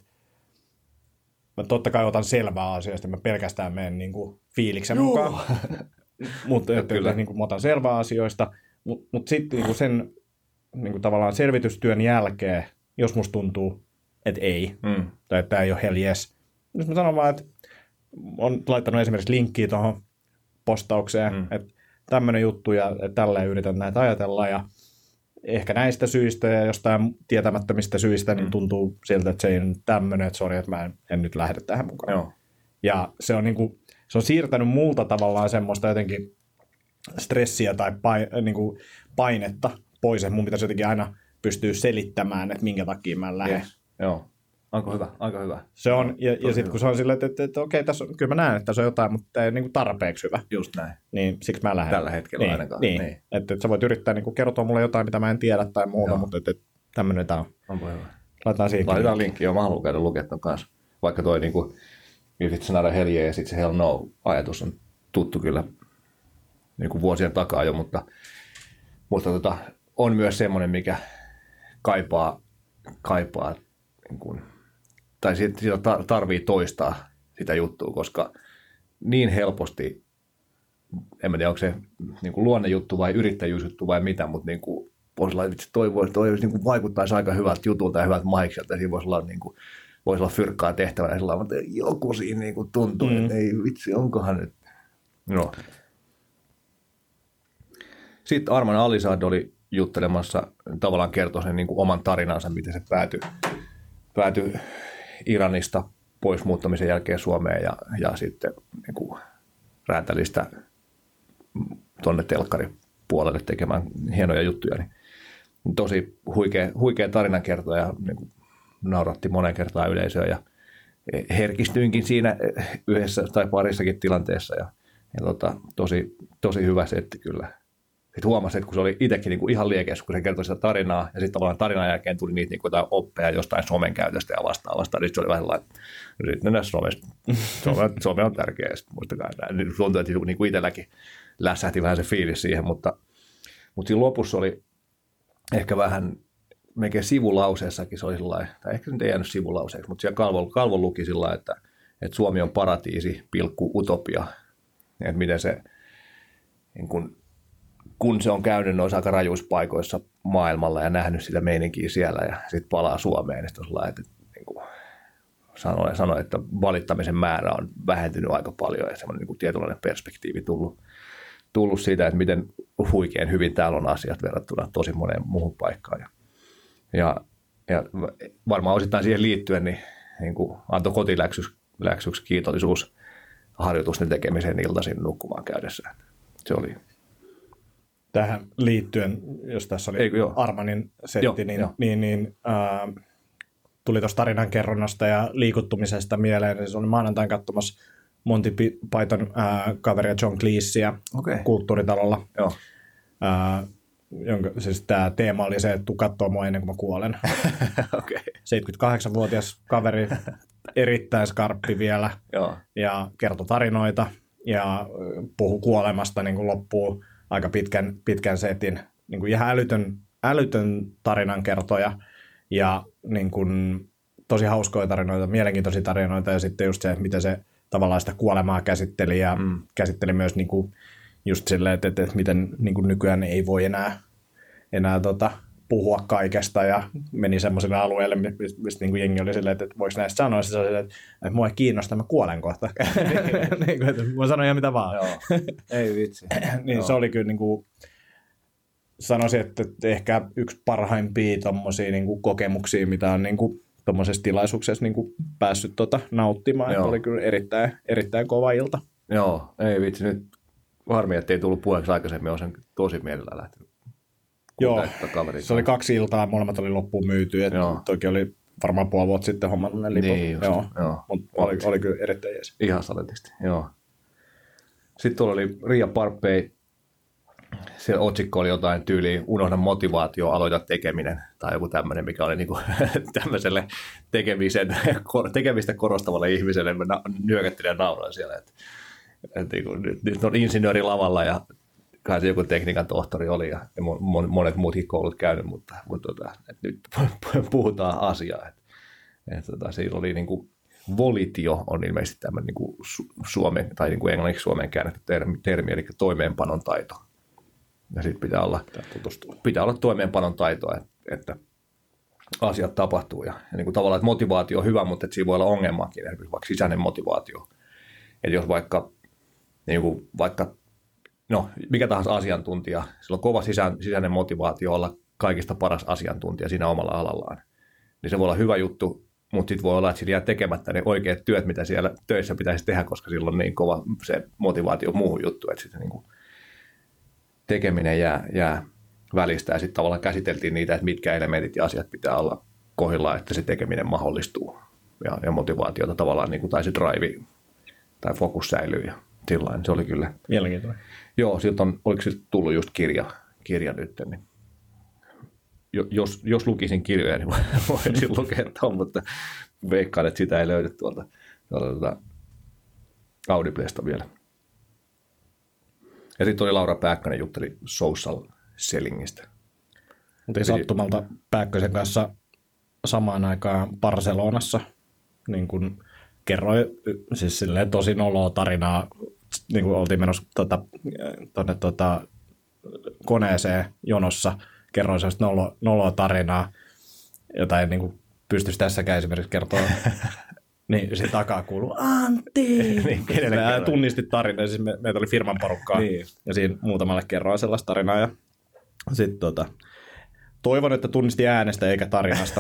mä totta kai otan selvää asioista, mä pelkästään menen niin kuin fiiliksen Joo. mukaan, mutta niin kuin mä otan selvää asioista, mutta mut sitten niin kuin sen niin kuin tavallaan selvitystyön jälkeen, jos musta tuntuu, että ei, mm. tai että tämä ei ole Hell Yes, niin mä sanon vaan, että on laittanut esimerkiksi linkkiä tuohon postaukseen, mm. että tämmöinen juttu ja tälleen yritän näitä ajatella ja ehkä näistä syistä ja jostain tietämättömistä syistä niin tuntuu siltä, että se ei ole tämmöinen, että sori, että mä en, en nyt lähde tähän mukaan. Joo. Ja se on, niin kuin, se on siirtänyt multa tavallaan semmoista jotenkin stressiä tai niin kuin painetta pois, että mun pitäisi jotenkin aina pystyä selittämään, että minkä takia mä en lähde. Yes. Joo. Aika hyvä, aika hyvä. Se on, ja, ja sitten kun se on silleen, että, että, että okei, tässä on, kyllä mä näen, että tässä on jotain, mutta ei niin kuin tarpeeksi hyvä. Just näin. Niin siksi mä lähden. Tällä hetkellä niin, ainakaan. Niin, niin. Että, että sä voit yrittää niin kuin kertoa mulle jotain, mitä mä en tiedä tai muuta, Joo. mutta että, että tämmöinen tämä on. Onpa hyvä. Laitetaan siihen. Laitetaan linkki, joo, mä haluan käydä lukea ton kanssa. Vaikka toi niin kuin, if it's not a hell yeah, ja sitten se hell no ajatus on tuttu kyllä niin kuin vuosien takaa jo, mutta, mutta tota, on myös semmoinen, mikä kaipaa, kaipaa niin kuin, tai siitä tarvii toistaa sitä juttua, koska niin helposti, en mä tiedä, onko se niin kuin luonnejuttu vai yrittäjyysjuttu vai mitä, mutta niin kuin, voisi olla, että toi, voisi, toi niin kuin vaikuttaisi aika hyvältä jutulta ja hyvältä maikselta, ja siinä voisi olla, niin kuin, voisi olla fyrkkaa tehtävänä, ja sillä että joku siinä niin kuin tuntuu, mm. että ei vitsi, onkohan nyt No. Sitten Arman Alisad oli juttelemassa, tavallaan kertoi sen niin kuin oman tarinansa, miten se päätyi, päätyi Iranista pois muuttamisen jälkeen Suomeen ja, ja sitten niin kuin räätälistä tuonne telkkaripuolelle tekemään hienoja juttuja. Niin tosi huikea, huikea tarinankertoja ja niin kuin nauratti monen kertaa yleisöä ja herkistyinkin siinä yhdessä tai parissakin tilanteessa ja, ja tota, tosi, tosi hyvä setti kyllä. Sitten huomasin, että kun se oli itsekin niin kuin ihan liekeessä, kun se kertoi sitä tarinaa, ja sitten tavallaan tarinan jälkeen tuli niitä niin kuin jotain oppeja jostain somen käytöstä ja vastaavasta, niin se oli vähän sellainen, että sitten näissä somessa, some, some on tärkeä, ja sitten muistakaa, niin tuntuu, että niin kuin itselläkin lässähti vähän se fiilis siihen, mutta, mutta siinä lopussa oli ehkä vähän, melkein sivulauseessakin se oli sellainen, tai ehkä se nyt ei jäänyt sivulauseeksi, mutta siellä kalvon, kalvon luki sillä että, että Suomi on paratiisi, pilkku utopia, että miten se, niin kuin, kun se on käynyt noissa aika rajuissa paikoissa maailmalla ja nähnyt sitä meininkiä siellä ja sitten palaa Suomeen, niin sitten että, niin kuin sanoi, sanoi, että valittamisen määrä on vähentynyt aika paljon ja semmoinen niin kuin tietynlainen perspektiivi tullut, tullut siitä, että miten huikean hyvin täällä on asiat verrattuna tosi moneen muuhun paikkaan. Ja, ja, ja varmaan osittain siihen liittyen niin, niin kuin antoi kotiläksyksi läksyksi kiitollisuus harjoitusten tekemiseen iltaisin nukkumaan käydessä. Se oli tähän liittyen, jos tässä oli Eikö, joo. Armanin setti, Joo, niin, joo. niin, niin äh, tuli tuosta tarinankerronnasta ja liikuttumisesta mieleen. Niin se oli maanantain katsomassa Monty Python äh, kaveria John Cleesea okay. kulttuuritalolla. Joo. Äh, jonka, siis tämä teema oli se, että tuu kattoo mua ennen kuin mä kuolen. okay. seitsemänkymmentäkahdeksanvuotias kaveri, erittäin skarppi vielä, Joo. ja kertoi tarinoita ja puhui kuolemasta niin kuin loppuu aika pitkän, pitkän setin. Niin kuin ihan älytön, älytön tarinankertoja ja niin kuin tosi hauskoja tarinoita, mielenkiintoisia tarinoita ja sitten just se, että miten se tavallaan sitä kuolemaa käsitteli ja mm. käsitteli myös niin kuin just silleen, että, että, että miten niin kuin nykyään ei voi enää, enää tota, puhua kaikesta ja meni semmoiselle alueelle, mistä niin jengi oli silleen, että, että voiko näistä sanoa, se oli silleen, että, että mua ei kiinnosta, mä kuolen kohta. niin kuin, että mä sanon ihan mitä vaan. Joo. Ei vitsi. niin Joo. se oli kyllä niin kuin, sanoisin, että ehkä yksi parhaimpia tommosia niin kuin kokemuksia, mitä on niin kuin tuommoisessa tilaisuuksessa niin kuin päässyt tota, nauttimaan. Oli kyllä erittäin, erittäin kova ilta. Joo, ei vitsi nyt. Harmi, ettei tullut puheeksi aikaisemmin, olen tosi mielellään lähtenyt. Joo, se oli kaksi iltaa, molemmat oli loppuun myyty. Toki oli varmaan puoli vuotta sitten hommannut ne liput. Niin just, joo. joo. Mutta oli, oli kyllä erittäin jees. Ihan saletisti, joo. Sitten tuolla oli Ria Parpei. Siellä otsikko oli jotain tyyliin, unohda motivaatio, aloita tekeminen. Tai joku tämmöinen, mikä oli niinku tämmöiselle tekemisen, tekemistä korostavalle ihmiselle. Mä nyökättelin ja nauroin siellä, että et niinku, nyt, nyt on insinööri lavalla ja kai se joku tekniikan tohtori oli ja monet muutkin koulut käynyt, mutta, mutta tota, nyt puhutaan asiaa. Et, et, tota, siinä oli niin kuin, volitio on ilmeisesti tämmöinen niin kuin suomen, tai niin kuin englanniksi suomeen käännetty termi, termi, eli toimeenpanon taito. Ja sitten pitää olla, pitää olla toimeenpanon taitoa, että, että asiat tapahtuu. Ja, ja niin kuin tavallaan, että motivaatio on hyvä, mutta että siinä voi olla ongelmakin, esimerkiksi vaikka sisäinen motivaatio. Että jos vaikka, niin kuin, vaikka no, mikä tahansa asiantuntija, sillä on kova sisä, sisäinen motivaatio olla kaikista paras asiantuntija siinä omalla alallaan. Niin se voi olla hyvä juttu, mutta sitten voi olla, että siinä jää tekemättä ne oikeat työt, mitä siellä töissä pitäisi tehdä, koska silloin on niin kova se motivaatio muuhun juttuun, että sitten niin kuin tekeminen jää, jää välistä. Ja sitten tavallaan käsiteltiin niitä, että mitkä elementit ja asiat pitää olla kohdillaan, että se tekeminen mahdollistuu. Ja, ja motivaatiota tavallaan, niin kuin, tai se drive tai fokus säilyy ja sillain. Se oli kyllä mielenkiintoinen. Joo, siltä on, oliko siltä tullut just kirja, kirja nyt, niin jos, jos lukisin kirjoja, niin voisin lukea tuon, mutta veikkaan, että sitä ei löydy tuolta, tuolta, tuolta Audiblesta vielä. Ja sitten oli Laura Pääkkönen jutteli social sellingistä. Oltiin sattumalta Pääkkösen kanssa samaan aikaan Barcelonassa, niin kuin kerroin, siis silleen tosi noloa tarinaa, niin kuin oltiin menossa tuota, tuonne tuota, koneeseen jonossa, kerroin sellaista nolo, noloa tarinaa, jota en niin kuin pystyisi tässäkään esimerkiksi kertoa Niin se takaa kuuluu, Antti! Niin, kenelle Mä kerroin? tunnistin tarinaa, siis me, meitä oli firman porukkaa, Niin. ja siinä muutamalle kerroin sellaista tarinaa, ja sitten tota, toivon, että tunnisti äänestä eikä tarinasta.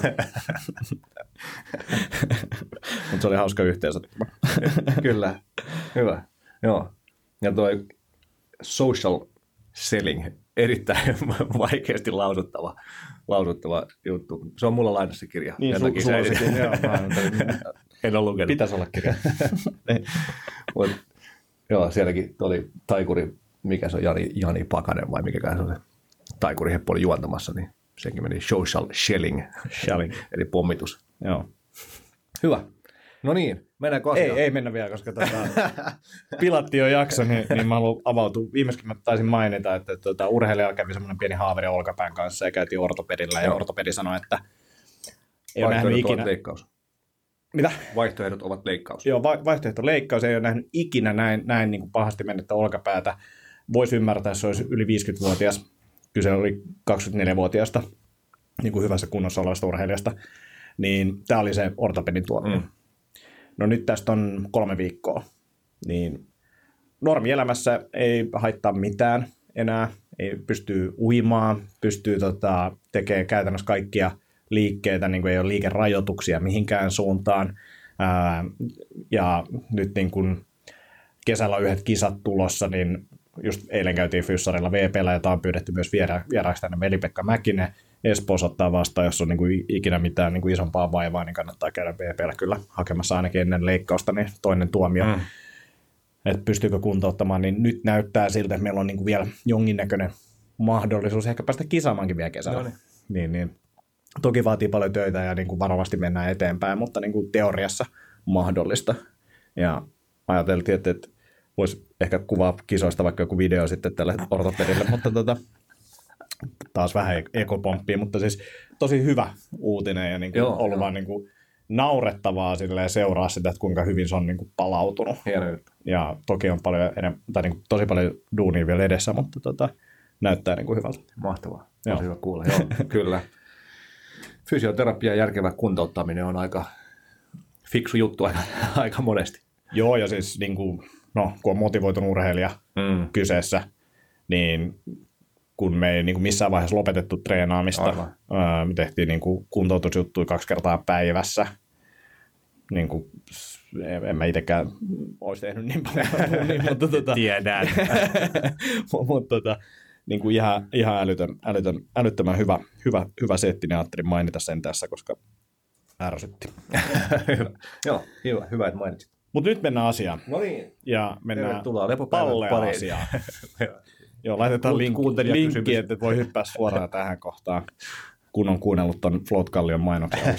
Mutta se oli hauska yhteensattuma. Kyllä, hyvä. Joo. Ja toi social selling, erittäin vaikeasti lausuttava, lausuttava juttu. Se on mulla lainassa kirja. Niin, Sen su- takia sulla se- on sekin, joo. En ole lukenut. Pitäisi olla kirja. Mut, joo, sielläkin oli taikuri, mikä se on, Jani, Jani Pakanen vai mikä se on se taikuriheppu oli juontamassa, niin sekin meni social shelling, Shelling. eli pommitus. Joo. Hyvä. No niin, mennäänkö Ei, asiaan? ei mennä vielä, koska tota, pilattiin jo jakso, niin, niin mä haluan avautua. Viimeiskin mä taisin mainita, että tota, urheilijalla kävi semmoinen pieni haaveri olkapään kanssa ja käytiin ortopedillä. Ja Joo. ortopedi sanoi, että ei ole nähnyt Vaihtoehdot ikinä... ovat leikkaus. Mitä? Vaihtoehdot ovat leikkaus. Joo, va- vaihtoehto leikkaus. Ei ole nähnyt ikinä näin, näin niin kuin pahasti mennettä olkapäätä. Voisi ymmärtää, jos se olisi yli viisikymmentävuotias. Kyse oli kaksikymmentäneljävuotiaasta niin kuin hyvässä kunnossa olevasta urheilijasta. Niin tämä oli se ortopedin tuomio. Mm. No nyt tästä on kolme viikkoa. Niin normielämässä ei haittaa mitään enää. Ei pystyy uimaan, pystyy tota, tekemään käytännössä kaikkia liikkeitä, niin kuin ei ole liikerajoituksia mihinkään suuntaan. Ää, ja nyt niin kuin kesällä on yhdet kisat tulossa, niin just eilen käytiin Fyssarilla V P:llä, jota on pyydetty myös viera, vieraaksi tänne Veli-Pekka Mäkinen. Espoossa ottaa vastaan, jos on niin kuin ikinä mitään niin kuin isompaa vaivaa, niin kannattaa käydä V P:llä kyllä hakemassa ainakin ennen leikkausta niin toinen tuomio. Mm. Että pystyykö kuntouttamaan, niin nyt näyttää siltä, että meillä on niin kuin vielä jonkinnäköinen mahdollisuus ehkä päästä kisaamaankin vielä kesällä. No niin. Niin, niin. Toki vaatii paljon töitä ja niin kuin varovasti mennään eteenpäin, mutta niin kuin teoriassa mahdollista. Ja ajateltiin, että, että voisi ehkä kuvaa kisoista vaikka joku video sitten tälle ortopedille, mutta tota, taas vähän ekopomppia, mutta siis tosi hyvä uutinen ja niin kuin Joo, ollut joo. vaan niin kuin naurettavaa silleen seuraa sitä, että kuinka hyvin se on niin kuin palautunut. Hieno juttu. Ja toki on paljon enemmän, tai niin kuin tosi paljon duunia vielä edessä, mutta tota, näyttää niin kuin hyvältä. Mahtavaa. Joo. Tosi hyvä kuulla. Joo, kyllä. Fysioterapia ja järkevä kuntouttaminen on aika fiksu juttu aika, aika monesti. Joo, ja siis niin kuin, no, kun on motivoitunut urheilija Mm. kyseessä, niin kun me ei niin kuin missään vaiheessa lopetettu treenaamista, Aivan. ää, me tehtiin niin kuin kuntoutusjuttuja kaksi kertaa päivässä. Niin kuin, en, en mä itsekään olisi tehnyt niin paljon, niin, mutta tota, Tiedän. mutta tota, niin kuin ihan, ihan älytön, älytön, älyttömän hyvä, hyvä, hyvä setti, niin ajattelin mainita sen tässä, koska ärsytti. Hyvä. Joo, hyvä, hyvä, että mainitsit. Mutta nyt mennään asiaan. No niin. Ja mennään Tervetuloa lepopäivän pariin. pallea-asiaan. Joo, laitetaan Kuult- link, kuuntelijakysymys. linkki, että voi hyppää suoraan tähän kohtaan, kun on kuunnellut ton Float Kallion mainoksen.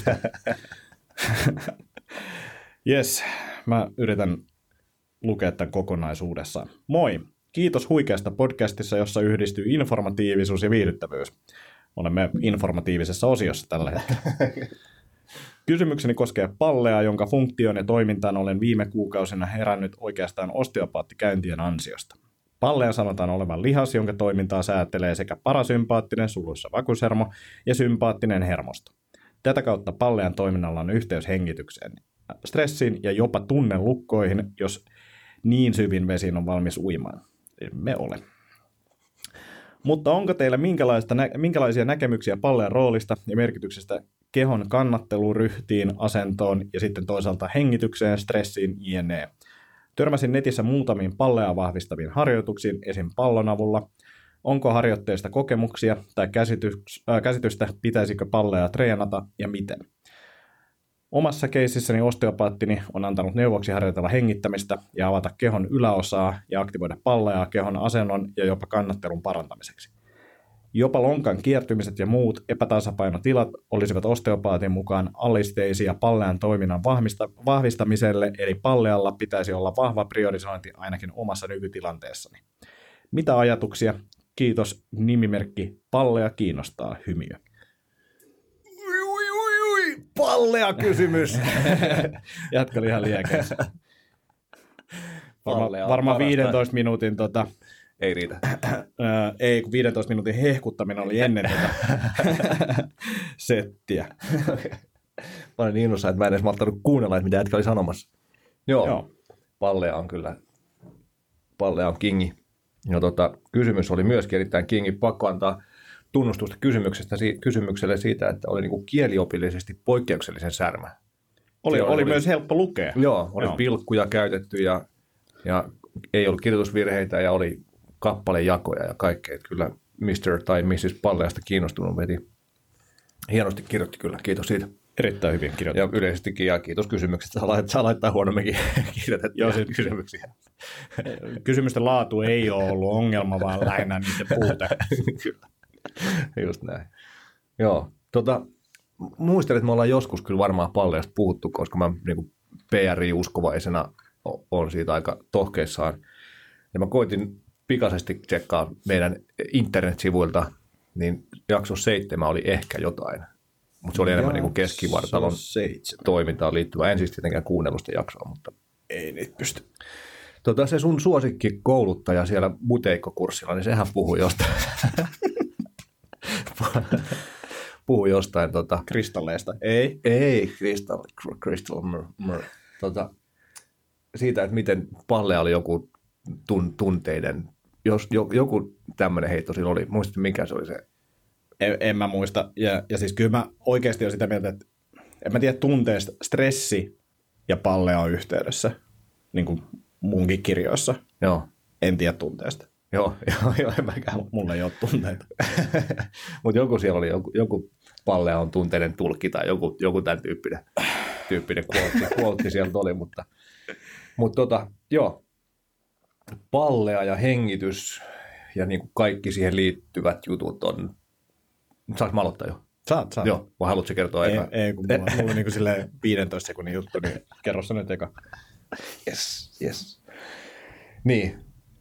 Jes, mä yritän lukea tämän kokonaisuudessaan. Moi! Kiitos huikeasta podcastissa, jossa yhdistyy informatiivisuus ja viihdyttävyys. Olemme informatiivisessa osiossa tällä hetkellä. Kysymykseni koskee pallea, jonka funktion ja toimintaan olen viime kuukausina herännyt oikeastaan osteopaattikäyntien ansiosta. Pallean sanotaan olevan lihas, jonka toimintaa säätelee sekä parasympaattinen suluissa vakushermo ja sympaattinen hermosto. Tätä kautta pallean toiminnalla on yhteys hengitykseen, stressiin ja jopa tunnelukkoihin, jos niin syvin vesiin on valmis uimaan. Emme ole. Mutta onko teillä minkälaista, minkälaisia näkemyksiä pallean roolista ja merkityksestä kehon kannatteluryhtiin, asentoon ja sitten toisaalta hengitykseen, stressiin, jne. Törmäsin netissä muutamiin palleaa vahvistaviin harjoituksiin esim. Pallon avulla. Onko harjoitteista kokemuksia tai käsitystä, pitäisikö palleaa treenata ja miten? Omassa keisissäni osteopaattini on antanut neuvoksi harjoitella hengittämistä ja avata kehon yläosaa ja aktivoida palleaa kehon asennon ja jopa kannattelun parantamiseksi. Jopa lonkan kiertymiset ja muut epätasapainotilat olisivat osteopaatin mukaan alisteisia pallean toiminnan vahvista, vahvistamiselle, eli pallealla pitäisi olla vahva priorisointi ainakin omassa nykytilanteessani. Mitä ajatuksia? Kiitos, nimimerkki Pallea kiinnostaa hymiö. Ui, ui, ui, ui. Pallea kysymys. Jatka oli ihan liekeessä. Varma, Pallea on varmaan parasta. viidentoista minuutin tota, Ei riitä. Ää, ei, kun viidentoista minuutin hehkuttaminen oli ennen tätä settiä. Mä olin niin innossa, että mä en edes malttanut kuunnella, että mitä jätkä oli sanomassa. Joo, Joo. Pallea on kyllä, Pallea on kingi. Ja tota, kysymys oli myöskin erittäin kingi. Pakko antaa tunnustusta kysymyksestä, kysymykselle siitä, että oli niinku kieliopillisesti poikkeuksellisen särmä. Oli, oli, oli myös helppo lukea. Joo, oli Joo. pilkkuja käytetty ja, ja ei ollut kirjoitusvirheitä ja oli kappalejakoja ja kaikkea. Kyllä mister tai missis Palleasta kiinnostunut veti. Hienosti kirjoitti kyllä, kiitos siitä. Erittäin hyvin kirjoitettu. Ja yleisestikin ja kiitos kysymyksestä. Saa laittaa, saa laittaa huonomminkin kirjoitettuja Joo, kysymyksiä. Kysymysten laatu ei ole ollut ongelma, vaan lähinnä niiden puute. Kyllä, just näin. Joo, tota, muistelin, että me ollaan joskus kyllä varmaan Palleasta puhuttu, koska mä niin kuin P R I-uskovaisena olen siitä aika tohkeissaan. Ja mä koitin pikaisesti tsekkaa meidän internetsivuilta, niin jakso seitsemän oli ehkä jotain. Mutta se oli enemmän niin kuin keskivartalon seitsemän. toimintaan liittyvä. En siis tietenkään kuunnellut sitä jaksoa, mutta Ei niitä pysty. tota, se sun suosikki kouluttaja siellä Buteikko-kurssilla, niin sehän puhui jostain. puhui jostain. Tota, Kristalleista. Ei. ei, Crystal, Crystal Mur, Mur, tota, siitä, että miten Palle oli joku tun, tunteiden, jos joku tämmöinen heitto siinä oli. Muistatko, mikä se oli se? En, en mä muista. Ja, ja siis kyllä mä oikeasti olen sitä mieltä, että en mä tiedä tunteesta, stressi ja Palle on yhteydessä, niin kuin munkin kirjoissa. Joo. En tiedä tunteesta. Joo, joo, joo, en mäkään. Mulla ei ole tunteita. Mutta joku siellä oli, joku, joku Pallea on tunteiden tulkki tai joku, joku tämän tyyppinen, tyyppinen quote, quote sieltä oli, mutta, mutta tota, joo, Pallea ja hengitys ja niin kuin kaikki siihen liittyvät jutut on, saanko mä aloittaa jo? Saat, saat. Joo, vai haluatko kertoa Ei, eka? ei, kun mulla, mulla on niin kuin silleen viidentoista sekunnin juttu, niin kerro se nyt eka. Yes, yes. Niin,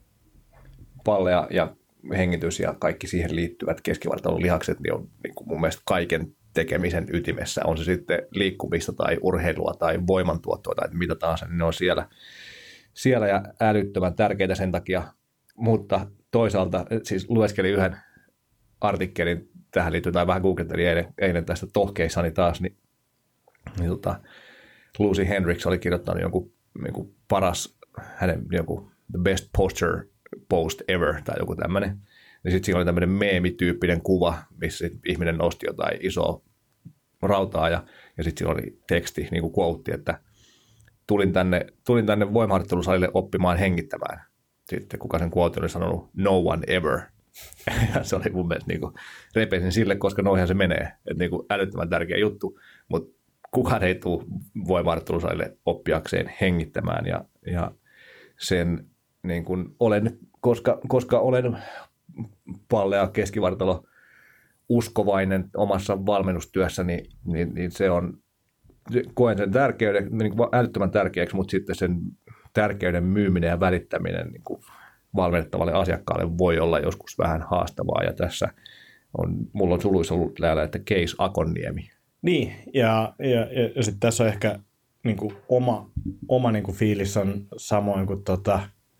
Pallea ja hengitys ja kaikki siihen liittyvät keskivartalon lihakset niin on niin kuin mun mielestä kaiken tekemisen ytimessä. On se sitten liikkumista tai urheilua tai voimantuottoa tai mitä tahansa, niin ne on siellä, siellä ja älyttömän tärkeitä sen takia. Mutta toisaalta siis lueskelin yhden artikkelin tähän liittyen tai vähän googlettelin eilen, eilen tästä tohkeissani taas, niin, niin tota, Lucy Hendricks oli kirjoittanut jonkun, jonkun paras, hänen joku the best posture post ever tai joku tämmöinen. Ja sitten siinä oli tämmöinen meemityyppinen kuva, missä ihminen nosti jotain isoa rautaa ja, ja sitten siinä oli teksti, niin kuin quote, että tulin tänne, tulin tänne voimaharjoittelusalille oppimaan hengittämään. Sitten kuka sen quote oli sanonut, no one ever. Ja se oli mun mielestä niin kuin repesin sille, koska noihän se menee. Että niin kuin älyttömän tärkeä juttu, mutta kukaan ei tule voimaharjoittelusalille oppiakseen hengittämään ja, ja sen niin kuin olen, koska, koska olen Pallea keskivartalo uskovainen omassa valmennustyössäni, niin, niin se on, koen sen tärkeyden, niin kuin älyttömän tärkeäksi, mutta sitten sen tärkeyden myyminen ja välittäminen niin kuin valmennettavalle asiakkaalle voi olla joskus vähän haastavaa, ja tässä on, mulla on suluissa ollut lähellä, että Case Akonniemi. Niin, ja, ja, ja, ja sitten tässä on ehkä niin kuin oma, oma niin kuin fiilis on samoin kuin tota,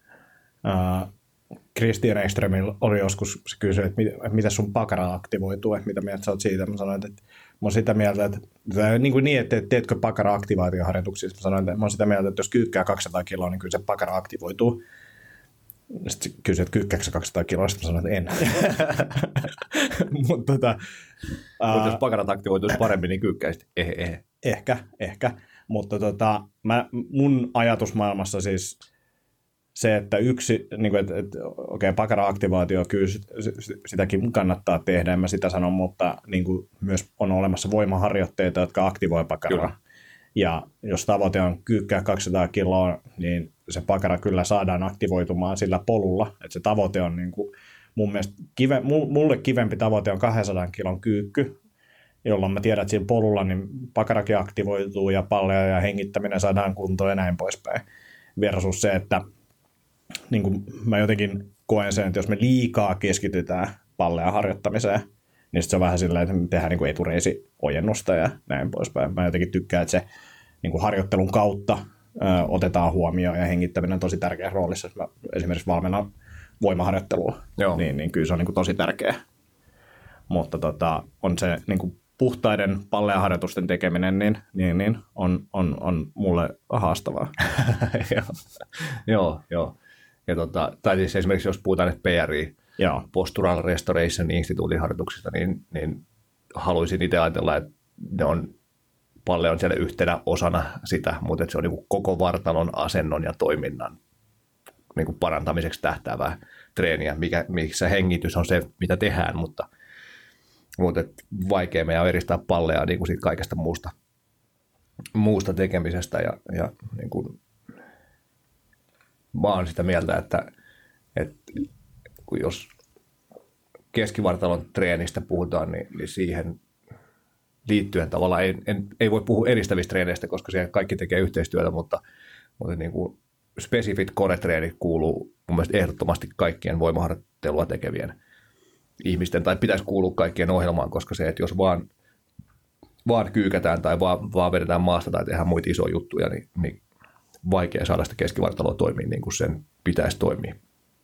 Uh, Christian Ekströmillä oli joskus, se kysyi, että, mit, että miten sun pakara aktivoituu, että mitä mieltä sä oot siitä. Mä sanoin, että mä oon sitä mieltä, että niin, kuin niin että teetkö pakara aktivaatioharjoituksia. Mä sanoin, että mä oon sitä mieltä, että jos kyykkää kaksisataa kiloa, niin kyllä se pakara aktivoituu. Sitten kysyi, että kyykkääkö kaksisataa kiloa, sitten mä sanoin, että en. Mutta tota, uh, jos pakarat aktivoituisi paremmin, niin kyykkäisit. Eh, eh. Ehkä, ehkä. Mutta tota, mä, mun ajatusmaailmassa siis se, että yksi, niin kuin, että, että okei, okay, pakara-aktivaatio, kyllä sitäkin kannattaa tehdä, en mä sitä sano, mutta niin kuin myös on olemassa voimaharjoitteita, jotka aktivoi pakaraa. Kyllä. Ja jos tavoite on kyykkää kaksisataa kiloa, niin se pakara kyllä saadaan aktivoitumaan sillä polulla. Että se tavoite on niin kuin, mun mielestä, kive, mulle kivempi tavoite on kahdensadan kilon kyykky, jolloin mä tiedän, että siinä polulla niin pakarakin aktivoituu ja Pallea ja hengittäminen saadaan kuntoon ja näin poispäin. Versus se, että niin kuin mä jotenkin koen sen, että jos me liikaa keskitytään Pallea harjoittamiseen, niin se on vähän sillä, että me tehdään niin kuin etureisi-ojennusta ja näin poispäin. Mä jotenkin tykkään, että se niin kuin harjoittelun kautta ö, otetaan huomioon ja hengittäminen on tosi tärkeä roolissa. Jos mä esimerkiksi valmennan voimaharjoittelua, niin, niin kyllä se on niin kuin tosi tärkeä. Mutta tota, on se niin kuin puhtaiden palleaharjoitusten tekeminen niin, niin, niin on, on, on mulle haastavaa. Joo, joo. Ja tota, tai siis esimerkiksi jos puhutaan nyt P R I, Joo. Postural Restoration Instituutin harjoituksista, niin, niin haluaisin itse ajatella, että ne on paljon siellä yhtenä osana sitä, mutta että se on niin kuin koko vartalon asennon ja toiminnan niin kuin parantamiseksi tähtäävää treeniä, mikä, missä hengitys on se, mitä tehdään, mutta, mutta et vaikea meidän eristää palleja niin kuin siitä kaikesta muusta, muusta tekemisestä. Ja, ja niin kuin, mä oon sitä mieltä, että, että jos keskivartalon treenistä puhutaan, niin, niin siihen liittyen tavallaan ei, en, ei voi puhua eristävistä treeneistä, koska siellä kaikki tekee yhteistyötä, mutta, mutta niin kuin spesifit core-treenit kuuluu mun mielestä ehdottomasti kaikkien voimaharjoittelua tekevien ihmisten, tai pitäisi kuulua kaikkien ohjelmaan, koska se, että jos vaan, vaan kyykätään tai vaan, vaan vedetään maasta tai tehdään muita isoja juttuja, niin, niin vaikea saada sitä keskivartaloa toimia niin kuin sen pitäisi toimia.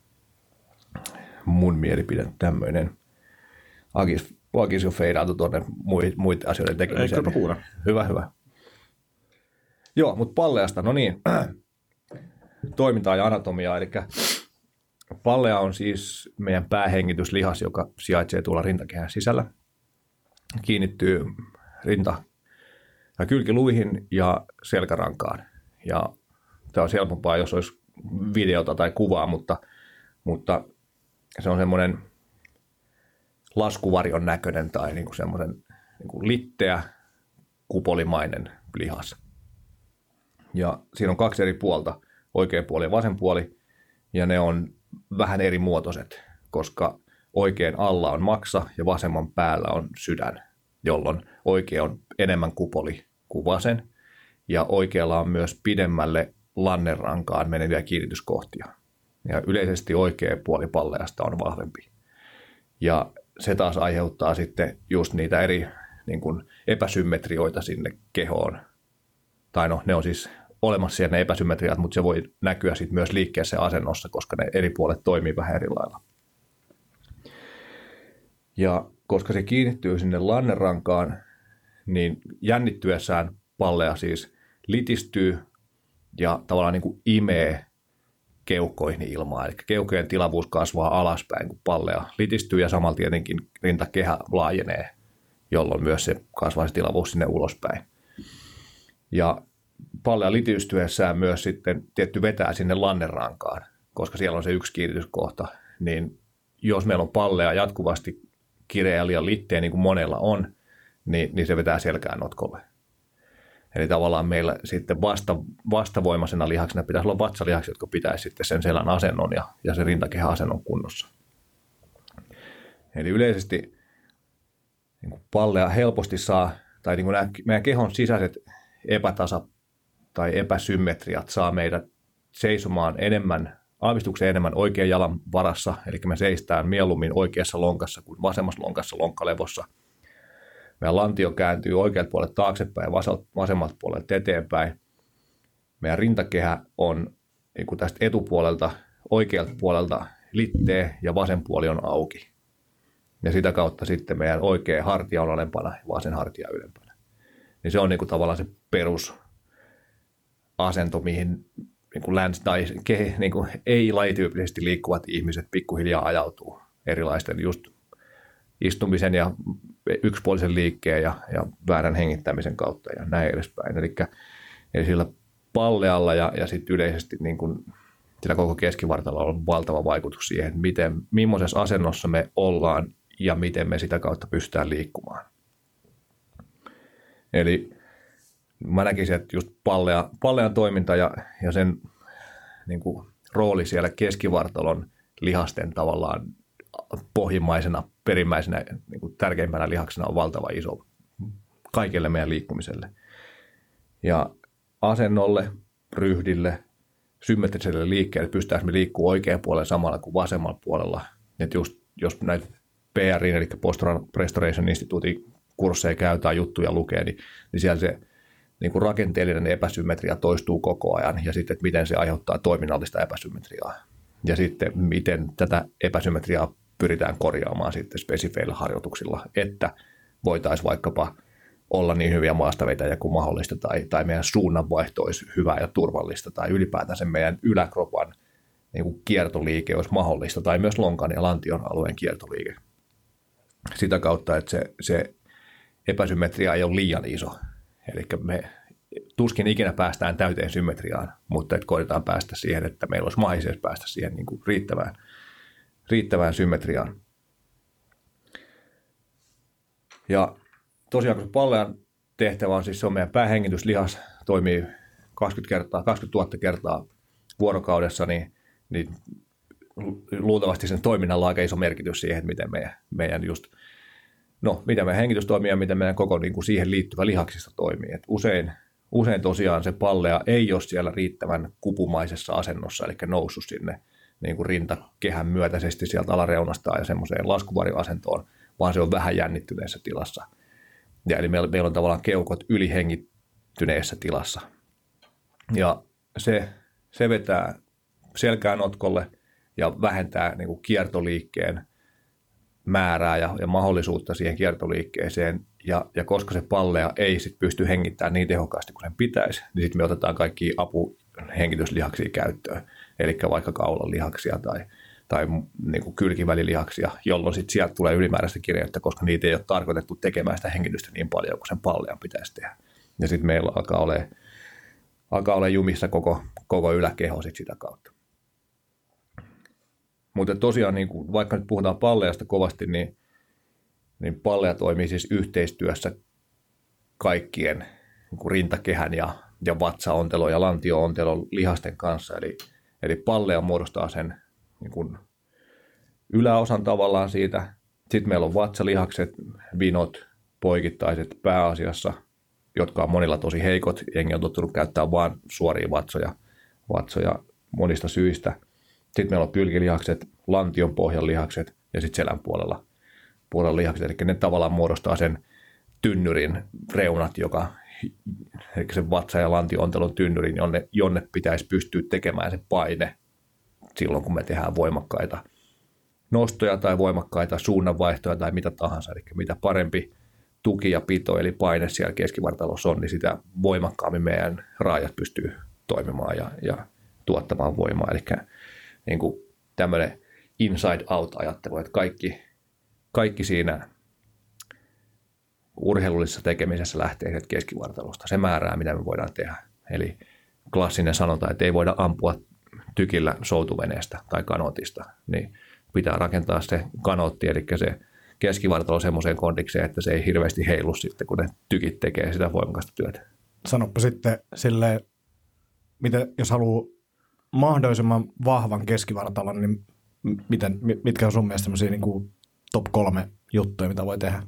Mun mielipide tämmöinen. Agis, Agis jo feidaantui tuonne muiden asioiden tekemiseen. Eikö puhuta? Hyvä, hyvä. Joo, mutta palleasta, no niin, toimintaa ja anatomiaa, eli pallea on siis meidän päähengityslihas, joka sijaitsee tuolla rintakehän sisällä. Kiinnittyy rinta- ja kylkiluihin ja selkärankaan. Ja tämä on helpompaa, jos olisi videota tai kuvaa, mutta, mutta se on semmoinen laskuvarjon näköinen tai niinku semmoinen niinku litteä, kupolimainen lihas. Ja siinä on kaksi eri puolta, oikea puoli ja vasen puoli, ja ne on vähän eri muotoiset, koska oikean alla on maksa ja vasemman päällä on sydän, jolloin oikea on enemmän kupoli kuin vasen, ja oikealla on myös pidemmälle lannerankaan meneviä kiinnityskohtia. Ja yleisesti oikea puoli palleasta on vahvempi. Ja se taas aiheuttaa sitten just niitä eri niin kuin epäsymmetrioita sinne kehoon. Tai no, ne on siis olemassa siellä ne epäsymmetriat, mutta se voi näkyä sitten myös liikkeessä ja asennossa, koska ne eri puolet toimii vähän eri lailla. Ja koska se kiinnittyy sinne lannerankaan, niin jännittyessään pallea siis litistyy ja tavallaan niin kuin imee keuhkoihin ilmaa. Eli keuhkojen tilavuus kasvaa alaspäin, kun pallea litistyy ja samalla tietenkin rintakehä laajenee, jolloin myös se kasvaa se tilavuus sinne ulospäin. Ja pallea litistyessään myös sitten tietty vetää sinne lannerankaan, koska siellä on se yksi kiinnityskohta. Niin jos meillä on pallea jatkuvasti kireä ja liian litteä, niin kuin monella on, niin, niin se vetää selkään notkolle. Eli tavallaan meillä sitten vasta, vastavoimaisena lihaksena pitäisi olla vatsalihakset, jotka pitäisi sitten sen selän asennon ja, ja sen rintakehän asennon kunnossa. Eli yleisesti niin kuin pallea helposti saa, tai niin kuin nämä meidän kehon sisäiset epätasa- tai epäsymmetriat saa meidät seisomaan enemmän, aavistuksen enemmän oikean jalan varassa, eli me seistään mieluummin oikeassa lonkassa kuin vasemmassa lonkassa lonkkalevossa. Meidän lantio kääntyy oikealta puolelta taaksepäin ja vasemmalta puolelta eteenpäin. Meidän rintakehä on niin kuin tästä etupuolelta, oikealta puolelta litteä ja vasen puoli on auki. Ja sitä kautta sitten meidän oikea hartia on alempana ja vasen hartia ylempänä. Niin se on niin kuin tavallaan se perusasento, mihin niin kuin läns, tai ke, niin kuin ei-lajityypillisesti liikkuvat ihmiset pikkuhiljaa ajautuu erilaisten just istumisen ja yksipuolisen liikkeen ja, ja väärän hengittämisen kautta ja näin edespäin. Eli, eli sillä pallealla ja, ja sitten yleisesti niin kuin sillä koko keskivartalolla on valtava vaikutus siihen, että miten, millaisessa asennossa me ollaan ja miten me sitä kautta pystytään liikkumaan. Eli mä näkisin, että just pallea, pallean toiminta ja, ja sen niin kuin rooli siellä keskivartalon lihasten tavallaan pohjimmaisena, perimmäisenä, niin kuin tärkeimpänä lihaksena on valtava iso kaikille meidän liikkumiselle. Ja asennolle, ryhdille, symmetriselle liikkeelle pystytään me liikkua oikean puolella samalla kuin vasemmalla puolella. Että just, jos näitä P R I, eli Postural Restoration Instituutin kursseja käy tai juttuja lukee, niin, niin siellä se niin kuin rakenteellinen epäsymmetria toistuu koko ajan ja sitten, että miten se aiheuttaa toiminnallista epäsymmetriaa. Ja sitten, miten tätä epäsymmetriaa pyritään korjaamaan sitten spesifeillä harjoituksilla, että voitaisiin vaikkapa olla niin hyviä maastavetäjiä kuin mahdollista, tai, tai meidän suunnanvaihto olisi hyvää ja turvallista, tai ylipäätään se meidän yläkropan niin kuin kiertoliike olisi mahdollista, tai myös lonkan ja lantion alueen kiertoliike. Sitä kautta, että se, se epäsymmetria ei ole liian iso. Eli me tuskin ikinä päästään täyteen symmetriaan, mutta että koitetaan päästä siihen, että meillä olisi mahdollisuus päästä siihen niin kuin riittävään, riittävään symmetriaan. Ja tosiaan, kun se pallean tehtävä on, siis se on meidän päähengityslihas, toimii kaksikymmentä kertaa, kaksikymmentätuhatta kertaa vuorokaudessa, niin, niin luultavasti sen toiminnalla on aika iso merkitys siihen, että miten meidän, meidän just, no, miten meidän hengitys toimii ja miten meidän koko niin kuin siihen liittyvä lihaksista toimii. Et usein, usein tosiaan se pallea ei ole siellä riittävän kupumaisessa asennossa, eli noussut sinne niin kuin rintakehän myötäisesti sieltä alareunastaan ja semmoiseen laskuvarjoasentoon, vaan se on vähän jännittyneessä tilassa. Ja eli meillä, meillä on tavallaan keukot ylihengittyneessä tilassa. Ja se, se vetää selkään notkolle ja vähentää niin kuin kiertoliikkeen määrää ja, ja mahdollisuutta siihen kiertoliikkeeseen. Ja, ja koska se pallea ei sit pysty hengittämään niin tehokkaasti kuin sen pitäisi, niin sitten me otetaan kaikki apuhengityslihaksia käyttöön. Eli vaikka kaulan lihaksia tai, tai niin kuin kylkivälilihaksia, jolloin sitten sieltä tulee ylimääräistä kireyttä, koska niitä ei ole tarkoitettu tekemään sitä hengitystä niin paljon kuin sen pallean pitäisi tehdä. Ja sitten meillä alkaa olla, alkaa olla jumissa koko, koko yläkeho sit sitä kautta. Mutta tosiaan, niin kuin, vaikka nyt puhutaan palleasta kovasti, niin, niin pallea toimii siis yhteistyössä kaikkien niin kuin rintakehän ja, ja vatsaontelon ja lantioontelon lihasten kanssa. Eli, eli pallea muodostaa sen niin kuin yläosan tavallaan siitä. Sitten meillä on vatsalihakset, vinot, poikittaiset pääasiassa, jotka on monilla tosi heikot. Jengi on tottunut käyttää vain suoria vatsoja, vatsoja monista syistä. Sitten meillä on pylkilihakset, lantion pohjan lihakset ja sitten selän puolella, puolella lihakset. Eli ne tavallaan muodostaa sen tynnyrin reunat, joka, eli sen vatsa- ja lantioontelon tynnyrin, jonne, jonne pitäisi pystyä tekemään se paine silloin, kun me tehdään voimakkaita nostoja tai voimakkaita suunnanvaihtoja tai mitä tahansa. Eli mitä parempi tuki ja pito, eli paine siellä keskivartalossa on, niin sitä voimakkaammin meidän raajat pystyy toimimaan ja, ja tuottamaan voimaa. Eli niin kuin tämmöinen inside-out-ajattelu, että kaikki, kaikki siinä urheilullisessa tekemisessä lähtee sieltä keskivartalosta. Se määrää, mitä me voidaan tehdä. Eli klassinen sanonta, että ei voida ampua tykillä soutuveneestä tai kanootista, niin pitää rakentaa se kanootti, eli se keskivartalo semmoiseen kondikseen, että se ei hirveästi heilu sitten, kun ne tykit tekee sitä voimakasta työtä. Sanoppa sitten silleen, miten, jos haluaa mahdollisimman vahvan keskivartalon, niin miten, mitkä on sun mielestä sellaisia niin kuin top kolme juttuja, mitä voi tehdä?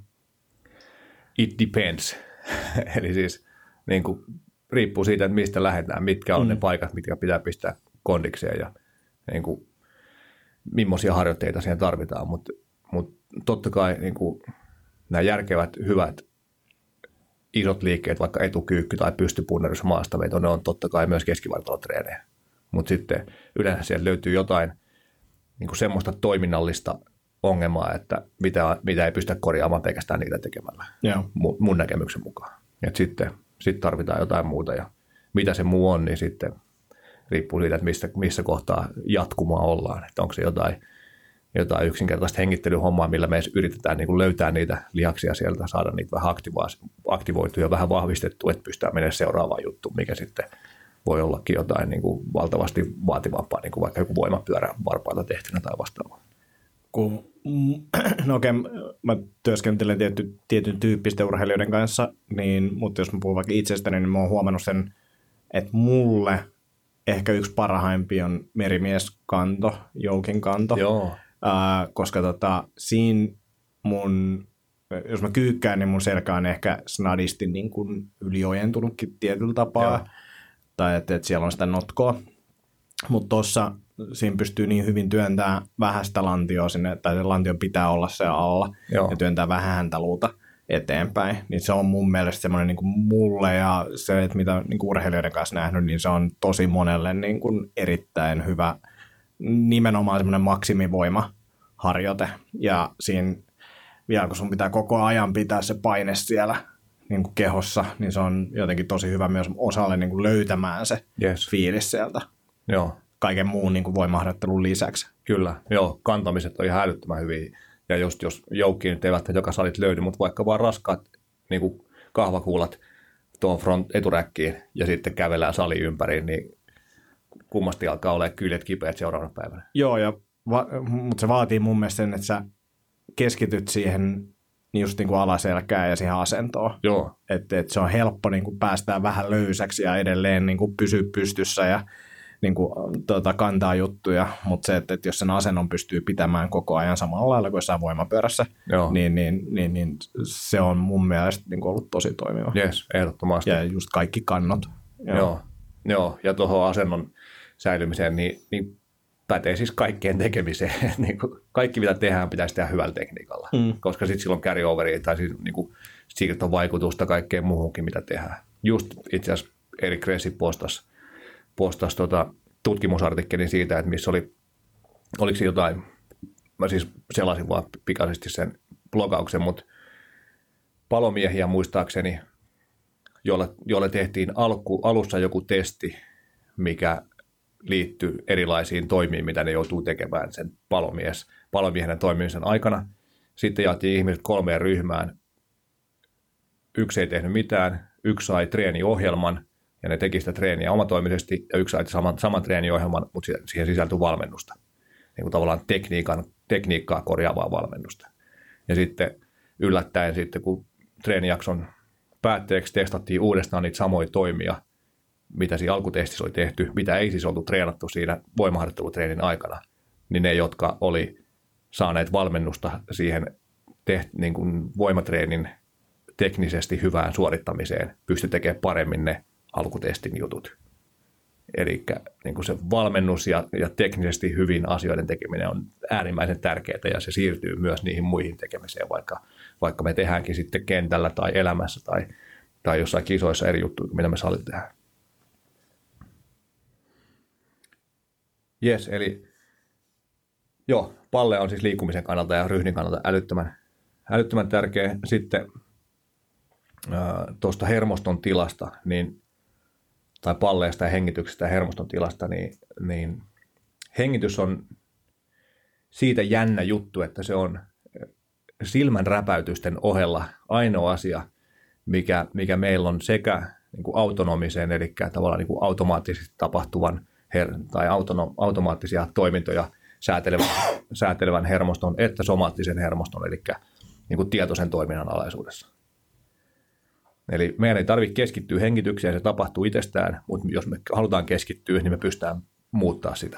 It depends. Eli siis niin kuin, riippuu siitä, että mistä lähdetään, mitkä on mm. ne paikat, mitkä pitää pistää kondikseen ja niin kuin, millaisia harjoitteita siihen tarvitaan. Mutta mut totta kai niin kuin, nämä järkevät, hyvät, isot liikkeet, vaikka etukyykky tai pystypunnerus maastaveto, ne on totta kai myös keskivartalotreenejä. Mutta sitten yleensä sieltä löytyy jotain niin kuin semmoista toiminnallista ongelmaa, että mitä, mitä ei pystytä korjaamaan pelkästään niitä tekemällä, yeah. mun näkemyksen mukaan. Et sitten sit tarvitaan jotain muuta ja mitä se muu on, niin sitten riippuu siitä, että missä, missä kohtaa jatkumaa ollaan. Että onko se jotain, jotain yksinkertaista hengittelyhommaa, millä me yritetään niin kuin löytää niitä lihaksia sieltä, saada niitä vähän aktivoitua ja vähän vahvistettua, että pystytään menemään seuraavaan juttuun, mikä sitten voi ollakin jotain niin kuin valtavasti vaativampaa, niin kuin vaikka joku voimapyörä varpaita tehtynä tai vastaavaa. Kun, no okei, mä työskentelen tietty, tietyn tyyppisten urheilijoiden kanssa, niin, mutta jos mä puhun vaikka itsestäni, niin mä oon huomannut sen, että mulle ehkä yksi parhaimpi on merimieskanto, joukin kanto. Joo. Ää, koska tota, siinä mun, jos mä kyykkään, niin mun selkä on ehkä snadisti niin kuin yliojentunutkin tietyllä tapaa. Joo. Tai että, että siellä on sitä notkoa. Mutta tuossa siinä pystyy niin hyvin työntämään vähän sitä lantioa sinne, tai se lantion pitää olla se alla, Joo. ja työntää vähän häntäluuta eteenpäin. Niin se on mun mielestä semmoinen niin kuin mulle, ja se, että mitä niin kuin urheilijoiden kanssa nähnyt, niin se on tosi monelle niin kuin erittäin hyvä, nimenomaan semmoinen maksimivoimaharjoite. Ja siinä vielä kun sun pitää koko ajan pitää se paine siellä niin kuin kehossa, niin se on jotenkin tosi hyvä myös osalle niin kuin löytämään se yes. fiilis sieltä. Joo. Kaiken muun niin kuin voimaharjoittelun lisäksi. Kyllä, joo, kantamiset on ihan älyttömän hyviä. Ja just jos joukkiin nyt ei välttämättä joka salit löydy, mutta vaikka vaan raskaat niin kuin kahvakuulat tuohon front eturäkkiin ja sitten kävellään sali ympäri, niin kummasti alkaa olemaan kyljet kipeät seuraavana päivänä. Joo, ja va- mutta se vaatii mun mielestä sen, että sä keskityt siihen just niin kuin alaselkään ja siihen asentoon. Joo. Että et se on helppo niin kuin päästää vähän löysäksi ja edelleen niin kuin pysyä pystyssä ja niin kuin, tota, kantaa juttuja, mutta se, että, että jos sen asennon pystyy pitämään koko ajan samalla lailla kuin jossain voimapyörässä, niin, niin, niin, niin se on mun mielestä niin kuin ollut tosi toimiva. Jes, ehdottomasti. Ja just kaikki kannot. Joo, Joo. Joo. Ja tuohon asennon säilymiseen, niin, niin pätee siis kaikkeen tekemiseen. niin kuin kaikki, mitä tehdään, pitäisi tehdä hyvällä tekniikalla, mm. koska sitten silloin carry-overia tai siis, niin kuin siirtovaikutusta kaikkeen muuhunkin, mitä tehdään. Just itse asiassa Erik Kressi postasi postasi tota tutkimusartikkelin siitä, että missä oli, oliko se jotain, mä siis selasin vaan pikaisesti sen blogauksen, mutta palomiehiä muistaakseni, jolle, jolle tehtiin alku, alussa joku testi, mikä liittyy erilaisiin toimiin, mitä ne joutuu tekemään sen palomies, palomiehenä toimimisen aikana. Sitten jaettiin ihmiset kolmeen ryhmään. Yksi ei tehnyt mitään, yksi sai treeniohjelman, ja ne teki sitä treeniä omatoimisesti, ja yksi sai saman, saman treeniohjelman, mutta siihen sisältyi valmennusta. Niin kuin tavallaan tekniikan, tekniikkaa korjaavaa valmennusta. Ja sitten yllättäen sitten, kun treenijakson päätteeksi testattiin uudestaan niitä samoja toimia, mitä siinä alkutestissä oli tehty, mitä ei siis oltu treenattu siinä voimaharjoittelutreenin aikana, niin ne, jotka oli saaneet valmennusta siihen teht, niin kuin voimatreenin teknisesti hyvään suorittamiseen, pystyi tekemään paremmin ne alkutestin jutut. Eli niin kuin se valmennus ja, ja teknisesti hyvin asioiden tekeminen on äärimmäisen tärkeää ja se siirtyy myös niihin muihin tekemiseen, vaikka, vaikka me tehdäänkin sitten kentällä tai elämässä tai, tai jossain kisoissa eri juttuja, mitä me salilla tehdään. Jes, eli joo, palle on siis liikkumisen kannalta ja ryhdin kannalta älyttömän, älyttömän tärkeä. Sitten tuosta hermoston tilasta, niin tai palleesta ja hengityksestä ja hermoston tilasta, niin, niin hengitys on siitä jännä juttu, että se on silmän räpäytysten ohella ainoa asia, mikä, mikä meillä on sekä niin kuin autonomisen, eli tavallaan niin kuin automaattisesti tapahtuvan her, tai autono, automaattisia toimintoja säätelevän, säätelevän hermoston, että somaattisen hermoston, eli niin kuin tietoisen toiminnan alaisuudessa. Eli meidän ei tarvitse keskittyä hengitykseen, se tapahtuu itsestään, mutta jos me halutaan keskittyä, niin me pystytään muuttaa sitä.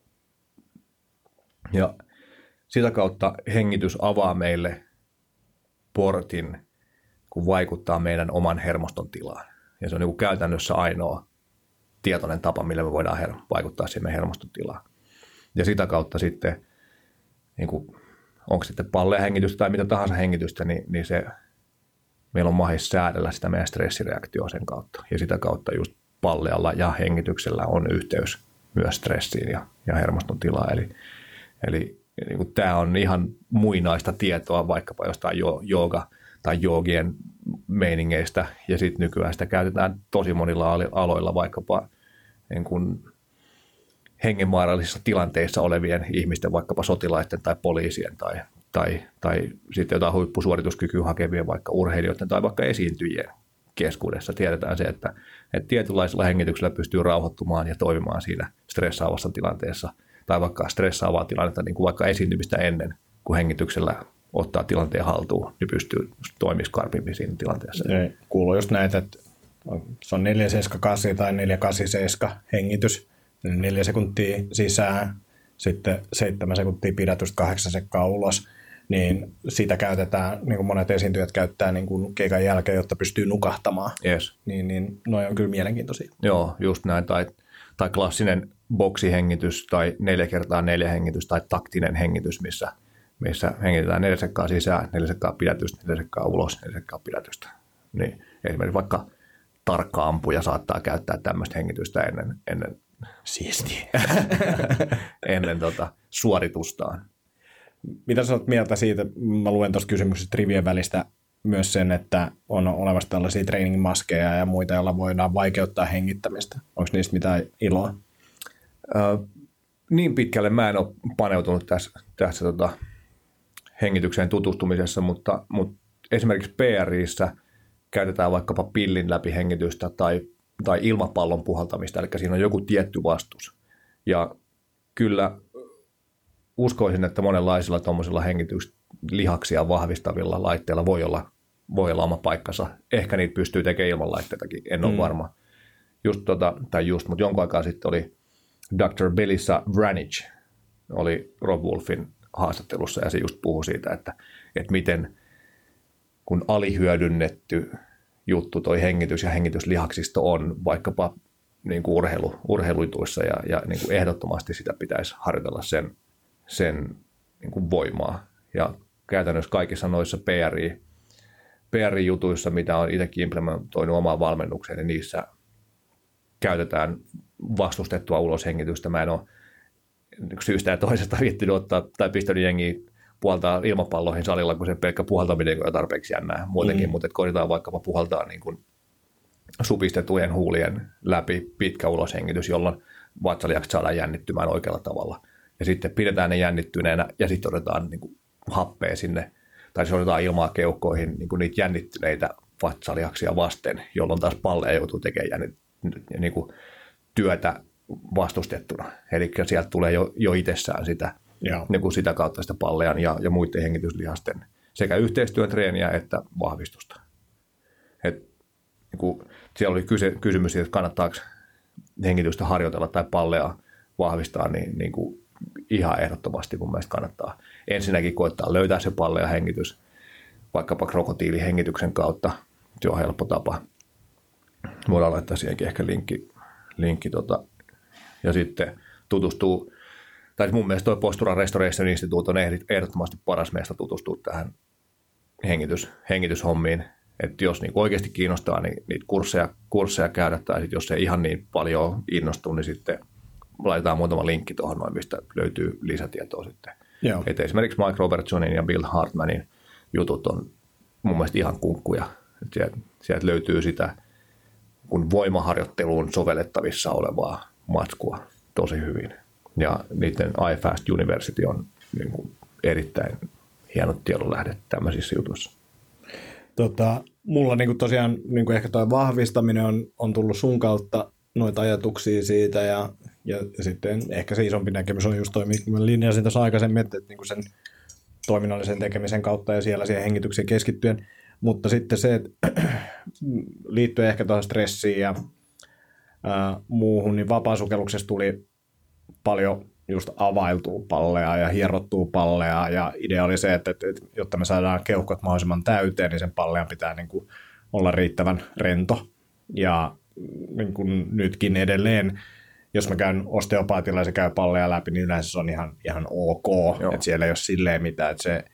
Ja sitä kautta hengitys avaa meille portin, kun vaikuttaa meidän oman hermoston tilaan. Ja se on niin kuin käytännössä ainoa tietoinen tapa, millä me voidaan her- vaikuttaa siihen meidän hermoston tilaan. Ja sitä kautta sitten, niin kuin, onko sitten pallea hengitystä tai mitä tahansa hengitystä, niin, niin se meillä on mahdollista säädellä sitä meidän stressireaktioa sen kautta. Ja sitä kautta just pallealla ja hengityksellä on yhteys myös stressiin ja, ja hermoston tilaan. Eli, eli niin kuin tämä on ihan muinaista tietoa vaikkapa jostain jooga- tai joogien meiningeistä. Ja sitten nykyään sitä käytetään tosi monilla aloilla, vaikkapa niin kuin hengenvaarallisissa tilanteissa olevien ihmisten, vaikkapa sotilaiden tai poliisien tai Tai, tai sitten jotain huippusuorituskykyä hakevien vaikka urheilijoiden tai vaikka esiintyjien keskuudessa. Tiedetään se, että, että tietynlaisella hengityksellä pystyy rauhoittumaan ja toimimaan siinä stressaavassa tilanteessa. Tai vaikka stressaavaa tilannetta, niin kuin vaikka esiintymistä ennen, kun hengityksellä ottaa tilanteen haltuun, niin pystyy toimimaan skarpimmin siinä tilanteessa. Kuuluu just näitä, että se on neljä seitsemän kahdeksan tai neljä kahdeksan seitsemän hengitys, neljä sekuntia sisään, sitten seitsemän sekuntia pidätystä, kahdeksan sekkaa ulos. Niin sitä käytetään, niin kuin monet esiintyjät käyttää niin kuin keikan jälkeen, jotta pystyy nukahtamaan. Yes. Niin, niin noi on kyllä mielenkiintoisia. Joo, just näin. Tai, tai klassinen boksihengitys tai neljä kertaa neljä hengitys tai taktinen hengitys, missä, missä hengitetään neljä sekkaa sisään, neljä sekkaa pidätystä, neljä sekkaa ulos, neljä sekkaa pidätystä. Niin esimerkiksi vaikka tarkka ampuja saattaa käyttää tämmöistä hengitystä ennen, ennen, Siistiä. ennen tota, suoritustaan. Mitä sä oot mieltä siitä? Mä luen tuosta kysymyksestä rivien välistä myös sen, että on olemassa tällaisia training-maskeja ja muita, joilla voidaan vaikeuttaa hengittämistä. Onko niistä mitään iloa? Ö, niin pitkälle mä en ole paneutunut tässä, tässä tota, hengitykseen tutustumisessa, mutta, mutta esimerkiksi P R I:ssä käytetään vaikkapa pillin läpi hengitystä tai, tai ilmapallon puhaltamista, eli siinä on joku tietty vastus. Ja kyllä uskoisin, että monenlaisilla tuommoisilla hengityslihaksia vahvistavilla laitteilla voi olla, voi olla oma paikkansa. Ehkä niitä pystyy tekemään ilman laitteitakin, en ole mm. varma. Just tota, tai just, mutta jonkun aikaa sitten oli doktor Belisa Vranich, oli Rob Wolfin haastattelussa, ja se just puhui siitä, että, että miten kun alihyödynnetty juttu toi hengitys ja hengityslihaksisto on vaikkapa niin kuin urheilu, urheiluituissa ja, ja niin kuin ehdottomasti sitä pitäisi harjoitella sen, sen niin kuin voimaa. Ja käytännössä kaikissa noissa P R I, P R I-jutuissa, mitä on itsekin implementoinut omaan valmennukseen, niin niissä käytetään vastustettua uloshengitystä. Mä en ole syystä ja toisesta viittinyt ottaa tai pistänyt jengiä puhaltaa ilmapalloihin salilla, kun se pelkkä puhaltaminen on jo tarpeeksi jännää muutenkin, mm. mutta että koitetaan vaikkapa puhaltaa niin kuin supistettujen huulien läpi pitkä uloshengitys, jolloin vatsalihakset saadaan jännittymään oikealla tavalla. Ja sitten pidetään ne jännittyneenä ja sitten otetaan niin kuin happea sinne, tai se otetaan ilmaa keuhkoihin niin kuin niitä jännittyneitä vatsalihaksia vasten, jolloin taas palleja joutuu tekemään jännit, niin kuin työtä vastustettuna. Eli sieltä tulee jo, jo itsessään sitä, niin kuin sitä kautta sitä pallean ja, ja muiden hengityslihasten sekä yhteistyötreeniä että vahvistusta. Et, niin kuin, siellä oli kyse, kysymys siitä, että kannattaako hengitystä harjoitella tai pallea vahvistaa, niin, niin kuin ihan ehdottomasti mun mielestä kannattaa ensinnäkin koittaa löytää se pallea hengitys, vaikkapa krokotiilihengityksen kautta. Se on helppo tapa. Voidaan laittaa siihenkin ehkä linkki. linkki tota. Ja sitten tutustuu, tai mun mielestä tuo Postural Restoration Institute on ehdottomasti paras meistä tutustua tähän hengitys, hengityshommiin. Että jos niin oikeasti kiinnostaa, niin niitä kursseja, kursseja käydä, tai sit jos ei ihan niin paljon innostu, niin sitten laitetaan muutama linkki tuohon noin, mistä löytyy lisätietoa sitten. Että esimerkiksi Mike Robertsonin ja Bill Hartmanin jutut on mun mielestä ihan kunkkuja. Sieltä, sieltä löytyy sitä kun voimaharjoitteluun sovellettavissa olevaa matskua tosi hyvin. Ja niiden iFast University on niin kuin erittäin hienot tiedonlähdet tämmöisissä jutuissa. Tota, mulla niin kuin tosiaan niin kuin ehkä tuo vahvistaminen on, on tullut sun kautta noita ajatuksia siitä ja, ja, ja sitten ehkä se isompi näkemys on just toi, mitä mä linjasin tuossa aikaisemmin, että, että niin kuin sen toiminnallisen tekemisen kautta ja siellä siihen hengitykseen keskittyen. Mutta sitten se, että liittyen ehkä tuohon stressiin ja ää, muuhun, niin vapaasukelluksessa tuli paljon just availtua palleja ja hierottua palleja, ja idea oli se, että, että, että jotta me saadaan keuhkot mahdollisimman täyteen, niin sen pallean pitää niin kuin olla riittävän rento. Ja niin kuin nytkin edelleen, jos mä käyn osteopaatilla ja se käy palleja läpi, niin yleensä se on ihan, ihan ok, Joo. että siellä ei ole silleen mitään, että se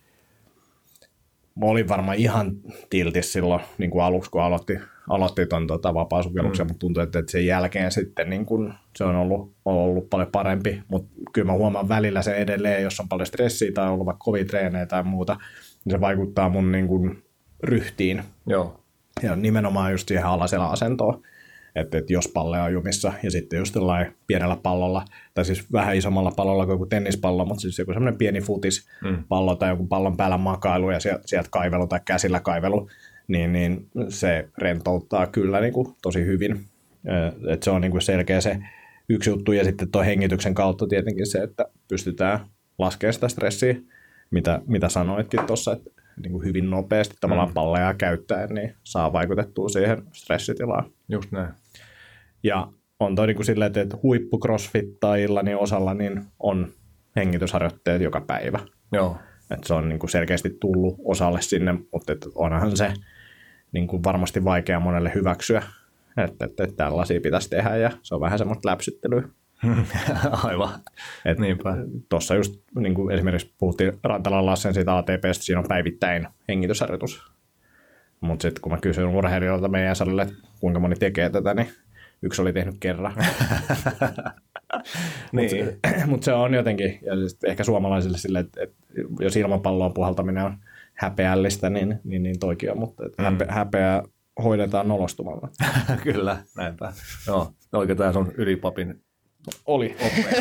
mä olin varmaan ihan tiltis silloin niin kuin aluksi, kun aloitti, aloitti tuon tota, vapaasukelluksen, mm. mutta tuntui, että sen jälkeen sitten niin kuin, se on ollut, on ollut paljon parempi, mutta kyllä mä huomaan välillä se edelleen, jos on paljon stressiä tai on ollut vaikka kovia treenejä tai muuta, niin se vaikuttaa mun niin kuin, ryhtiin. Joo. Ja nimenomaan just siihen alasella asentoon. Että et jos pallo on jumissa ja sitten just jollain pienellä pallolla, tai siis vähän isommalla pallolla kuin joku tennispallo, mutta siis joku semmoinen pieni futispallo mm. tai joku pallon päällä makailu ja sieltä, sieltä kaivelu tai käsillä kaivelu, niin, niin se rentouttaa kyllä niin kuin tosi hyvin. Että se on niin kuin selkeä se yksi juttu ja sitten tuo hengityksen kautta tietenkin se, että pystytään laskemaan sitä stressiä, mitä, mitä sanoitkin tuossa, että niin kuin hyvin nopeasti tavallaan mm. palleja käyttäen, niin saa vaikutettua siihen stressitilaan. Just näin. Ja on toi niin kuin silleen, että huippu-crossfittajilla niin osalla niin on hengitysharjoitteet joka päivä. Joo. Että se on niin kuin selkeästi tullut osalle sinne, mutta että onhan se niin kuin varmasti vaikea monelle hyväksyä, että, että, että tällaisia pitäisi tehdä ja se on vähän semmoista läpsyttelyä. Aivan. Niinpä. Tuossa just niin kuin esimerkiksi puhuttiin Rantalan Lassen siitä A T P:stä, siinä on päivittäin hengitysharjoitus. Mutta sitten kun mä kysyin urheilijoilta meidän salille, että kuinka moni tekee tätä, niin yksi oli tehnyt kerran. Niin. Mutta mut se on jotenkin, ja siis ehkä suomalaisille sille, että, että jos ilmapalloon puhaltaminen on häpeällistä, niin, niin, niin toikin on, mutta että häpe, häpeää hoidetaan nolostumalla. Kyllä, näinpä. Joo, oikein tämä sun ylipapin oli.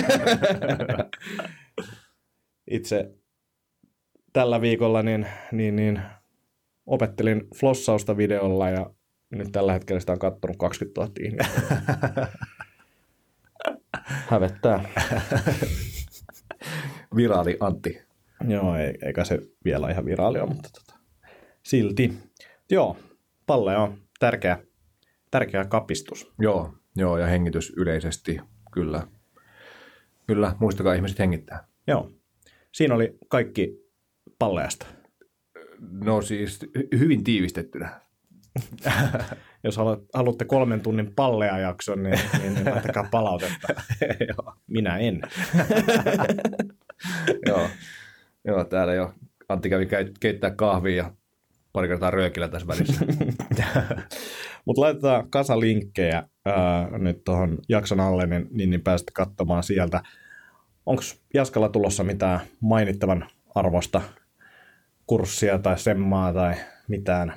Itse tällä viikolla niin, niin, niin opettelin flossausta videolla ja nyt tällä hetkellä sitä on katsonut kaksikymmentätuhatta ihmistä. Hävettää. Viraali Antti. Joo, eikä se vielä ihan viraalia, mutta tota, silti. Joo, palle on tärkeä, tärkeä kapistus. Joo, joo, ja hengitys yleisesti, kyllä. Kyllä, muistakaa ihmiset hengittää. Joo, siinä oli kaikki palleasta. No siis hyvin tiivistettynä. Jos haluatte kolmen tunnin pallea jakson, niin, niin, niin laittakaa palautetta. Minä en. Joo. Joo, täällä jo Antti kävi keittää kahvia ja pari kertaa röökillä tässä välissä. Mutta laitetaan kasalinkkejä ää, nyt tuohon jakson alle, niin, niin, niin pääsette katsomaan sieltä. Onko Jaskalla tulossa mitään mainittavan arvosta kurssia tai semmaa tai mitään?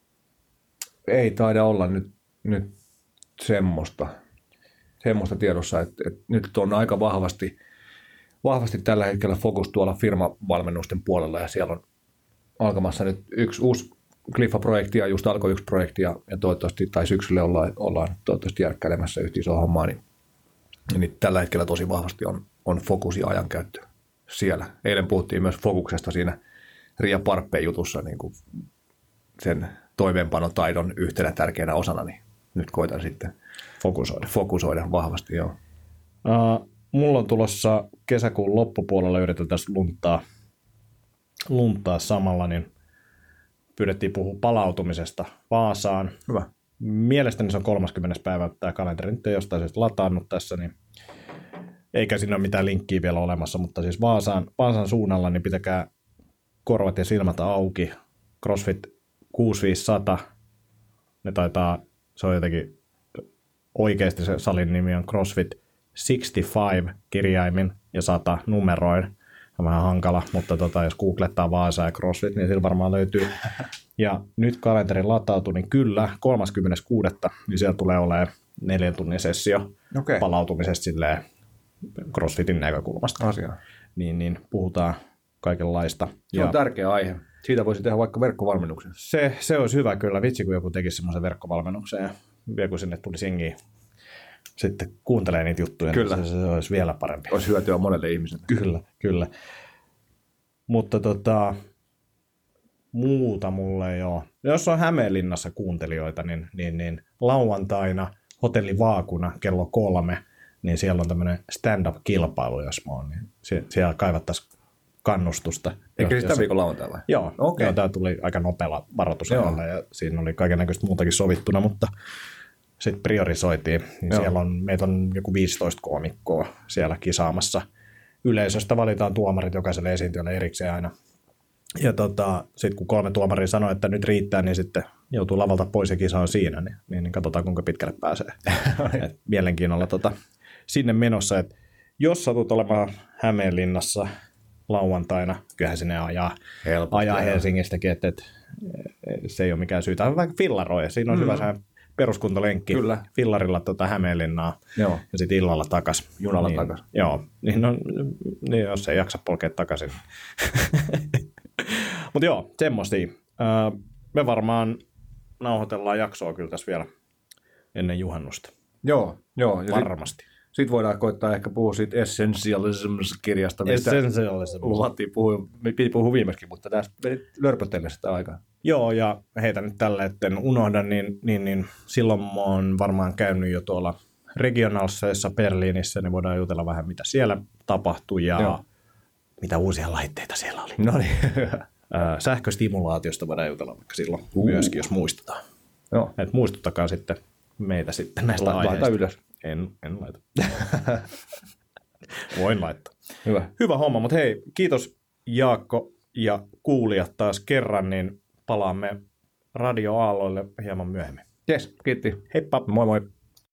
Ei taida olla nyt, nyt semmoista, semmoista tiedossa, että, että nyt on aika vahvasti, vahvasti tällä hetkellä fokus tuolla firmavalmennusten puolella ja siellä on alkamassa nyt yksi uusi Cliffa-projekti ja just alkoi yksi projekti ja, ja toivottavasti, tai syksyllä ollaan, ollaan toivottavasti järkkäilemässä yhtä isoa hommaa, niin, niin tällä hetkellä tosi vahvasti on, on fokus ja ajankäyttö siellä. Eilen puhuttiin myös fokuksesta siinä Ria Parppeen jutussa niin kuin sen toimeenpanotaidon yhtenä tärkeänä osana, niin nyt koitan sitten Fokusoida. Fokusoida vahvasti, joo. Uh, mulla on tulossa kesäkuun loppupuolella yritetään lunttaa, lunttaa samalla, niin pyydettiin puhua palautumisesta Vaasaan. Hyvä. Mielestäni se on kolmaskymmenes päivä, tämä kalenteri nyt ei jostain syystä lataannut tässä, niin eikä siinä ole mitään linkkiä vielä olemassa, mutta siis Vaasaan, Vaasaan suunnalla, niin pitäkää korvat ja silmät auki. CrossFit kuusikymmentäviisi sata, ne taitaa, se on jotenkin, oikeasti se salin nimi on CrossFit kuusikymmentäviisi kirjaimin ja sata numeroin. On vähän hankala, mutta tota, jos googlettaa Vaasa ja CrossFit, niin sillä varmaan löytyy. Ja nyt kalenteri latautui, niin kyllä, kolmaskymmenes kuudes niin siellä tulee olemaan neljän tunnin sessio okay. palautumisesta silleen CrossFitin näkökulmasta. Asiaa. Niin, niin puhutaan kaikenlaista. Se on tärkeä aihe. Siitä voisi tehdä vaikka verkkovalmennuksen. Se, se olisi hyvä kyllä. Vitsi, kun joku tekisi semmoisen verkkovalmennuksen ja vielä kun sinne tulisi jengiä sitten kuuntelee niitä juttuja, kyllä. Niin se, se olisi vielä parempi. Olisi hyötyä monelle ihmiselle. Kyllä, kyllä. Mutta tota, muuta mulle ei ole. Jos on Hämeenlinnassa kuuntelijoita, niin, niin, niin lauantaina Hotelli Vaakuna kello kolme, niin siellä on tämmöinen stand-up-kilpailu, jos mä oon, niin sie- siellä kaivattaisiin kannustusta. Eikä sitä viikon lauantai vai? Joo, okay. Joo, tämä tuli aika nopealla varoitusajalla ja siinä oli kaikennäköistä muutakin sovittuna, mutta sitten priorisoitiin. Niin siellä on, meitä on joku viisitoista koomikkoa siellä kisaamassa. Yleisöstä valitaan tuomarit jokaiselle esiintyjälle erikseen aina. Ja tota, sitten kun kolme tuomaria sanoi, että nyt riittää, niin sitten joutuu lavalta pois ja kisa on siinä. Niin, niin, niin katsotaan, kuinka pitkälle pääsee. Et mielenkiinnolla tota, sinne menossa. Et jos satut olemaan Hämeenlinnassa lauantaina, kyllähän sinne ajaa, ajaa Helsingistäkin, että et, se ei ole mikään syy. Tämä on vähän fillaroja. Siinä on mm. hyvä sehän peruskuntalenkki. Kyllä. Fillarilla tota Hämeenlinnaa joo. ja sitten illalla takas. Junalla niin, takas. Joo, niin, no, niin jos ei jaksa polkea takaisin. Mutta joo, semmoisia. Me varmaan nauhoitellaan jaksoa kyllä tässä vielä ennen juhannusta. Joo, joo. Ja varmasti. Sitten sit voidaan koittaa ehkä puhua siitä Essentialism-kirjasta. Essentialism. Luvattiin puhua, piti puhua viimeiskin, mutta tässä lörpöttelen sitä aikaa. Joo, ja heitä nyt tälle, etten unohda, niin, niin, niin silloin mä oon varmaan käynyt jo tuolla Regionalsessa Berliinissä, niin voidaan jutella vähän, mitä siellä tapahtui ja joo. mitä uusia laitteita siellä oli. No niin, sähköstimulaatiosta voidaan jutella vaikka silloin uh. myöskin, jos muistetaan. Joo. Et muistuttakaa sitten meitä sitten näistä La- aiheista. Laita ylös. En, en laita. Voin laittaa. Hyvä. Hyvä homma, mutta hei, kiitos Jaakko ja kuulijat taas kerran, niin palaamme radioaalloille hieman myöhemmin. Jes, kiitti. Heippa. Moi moi.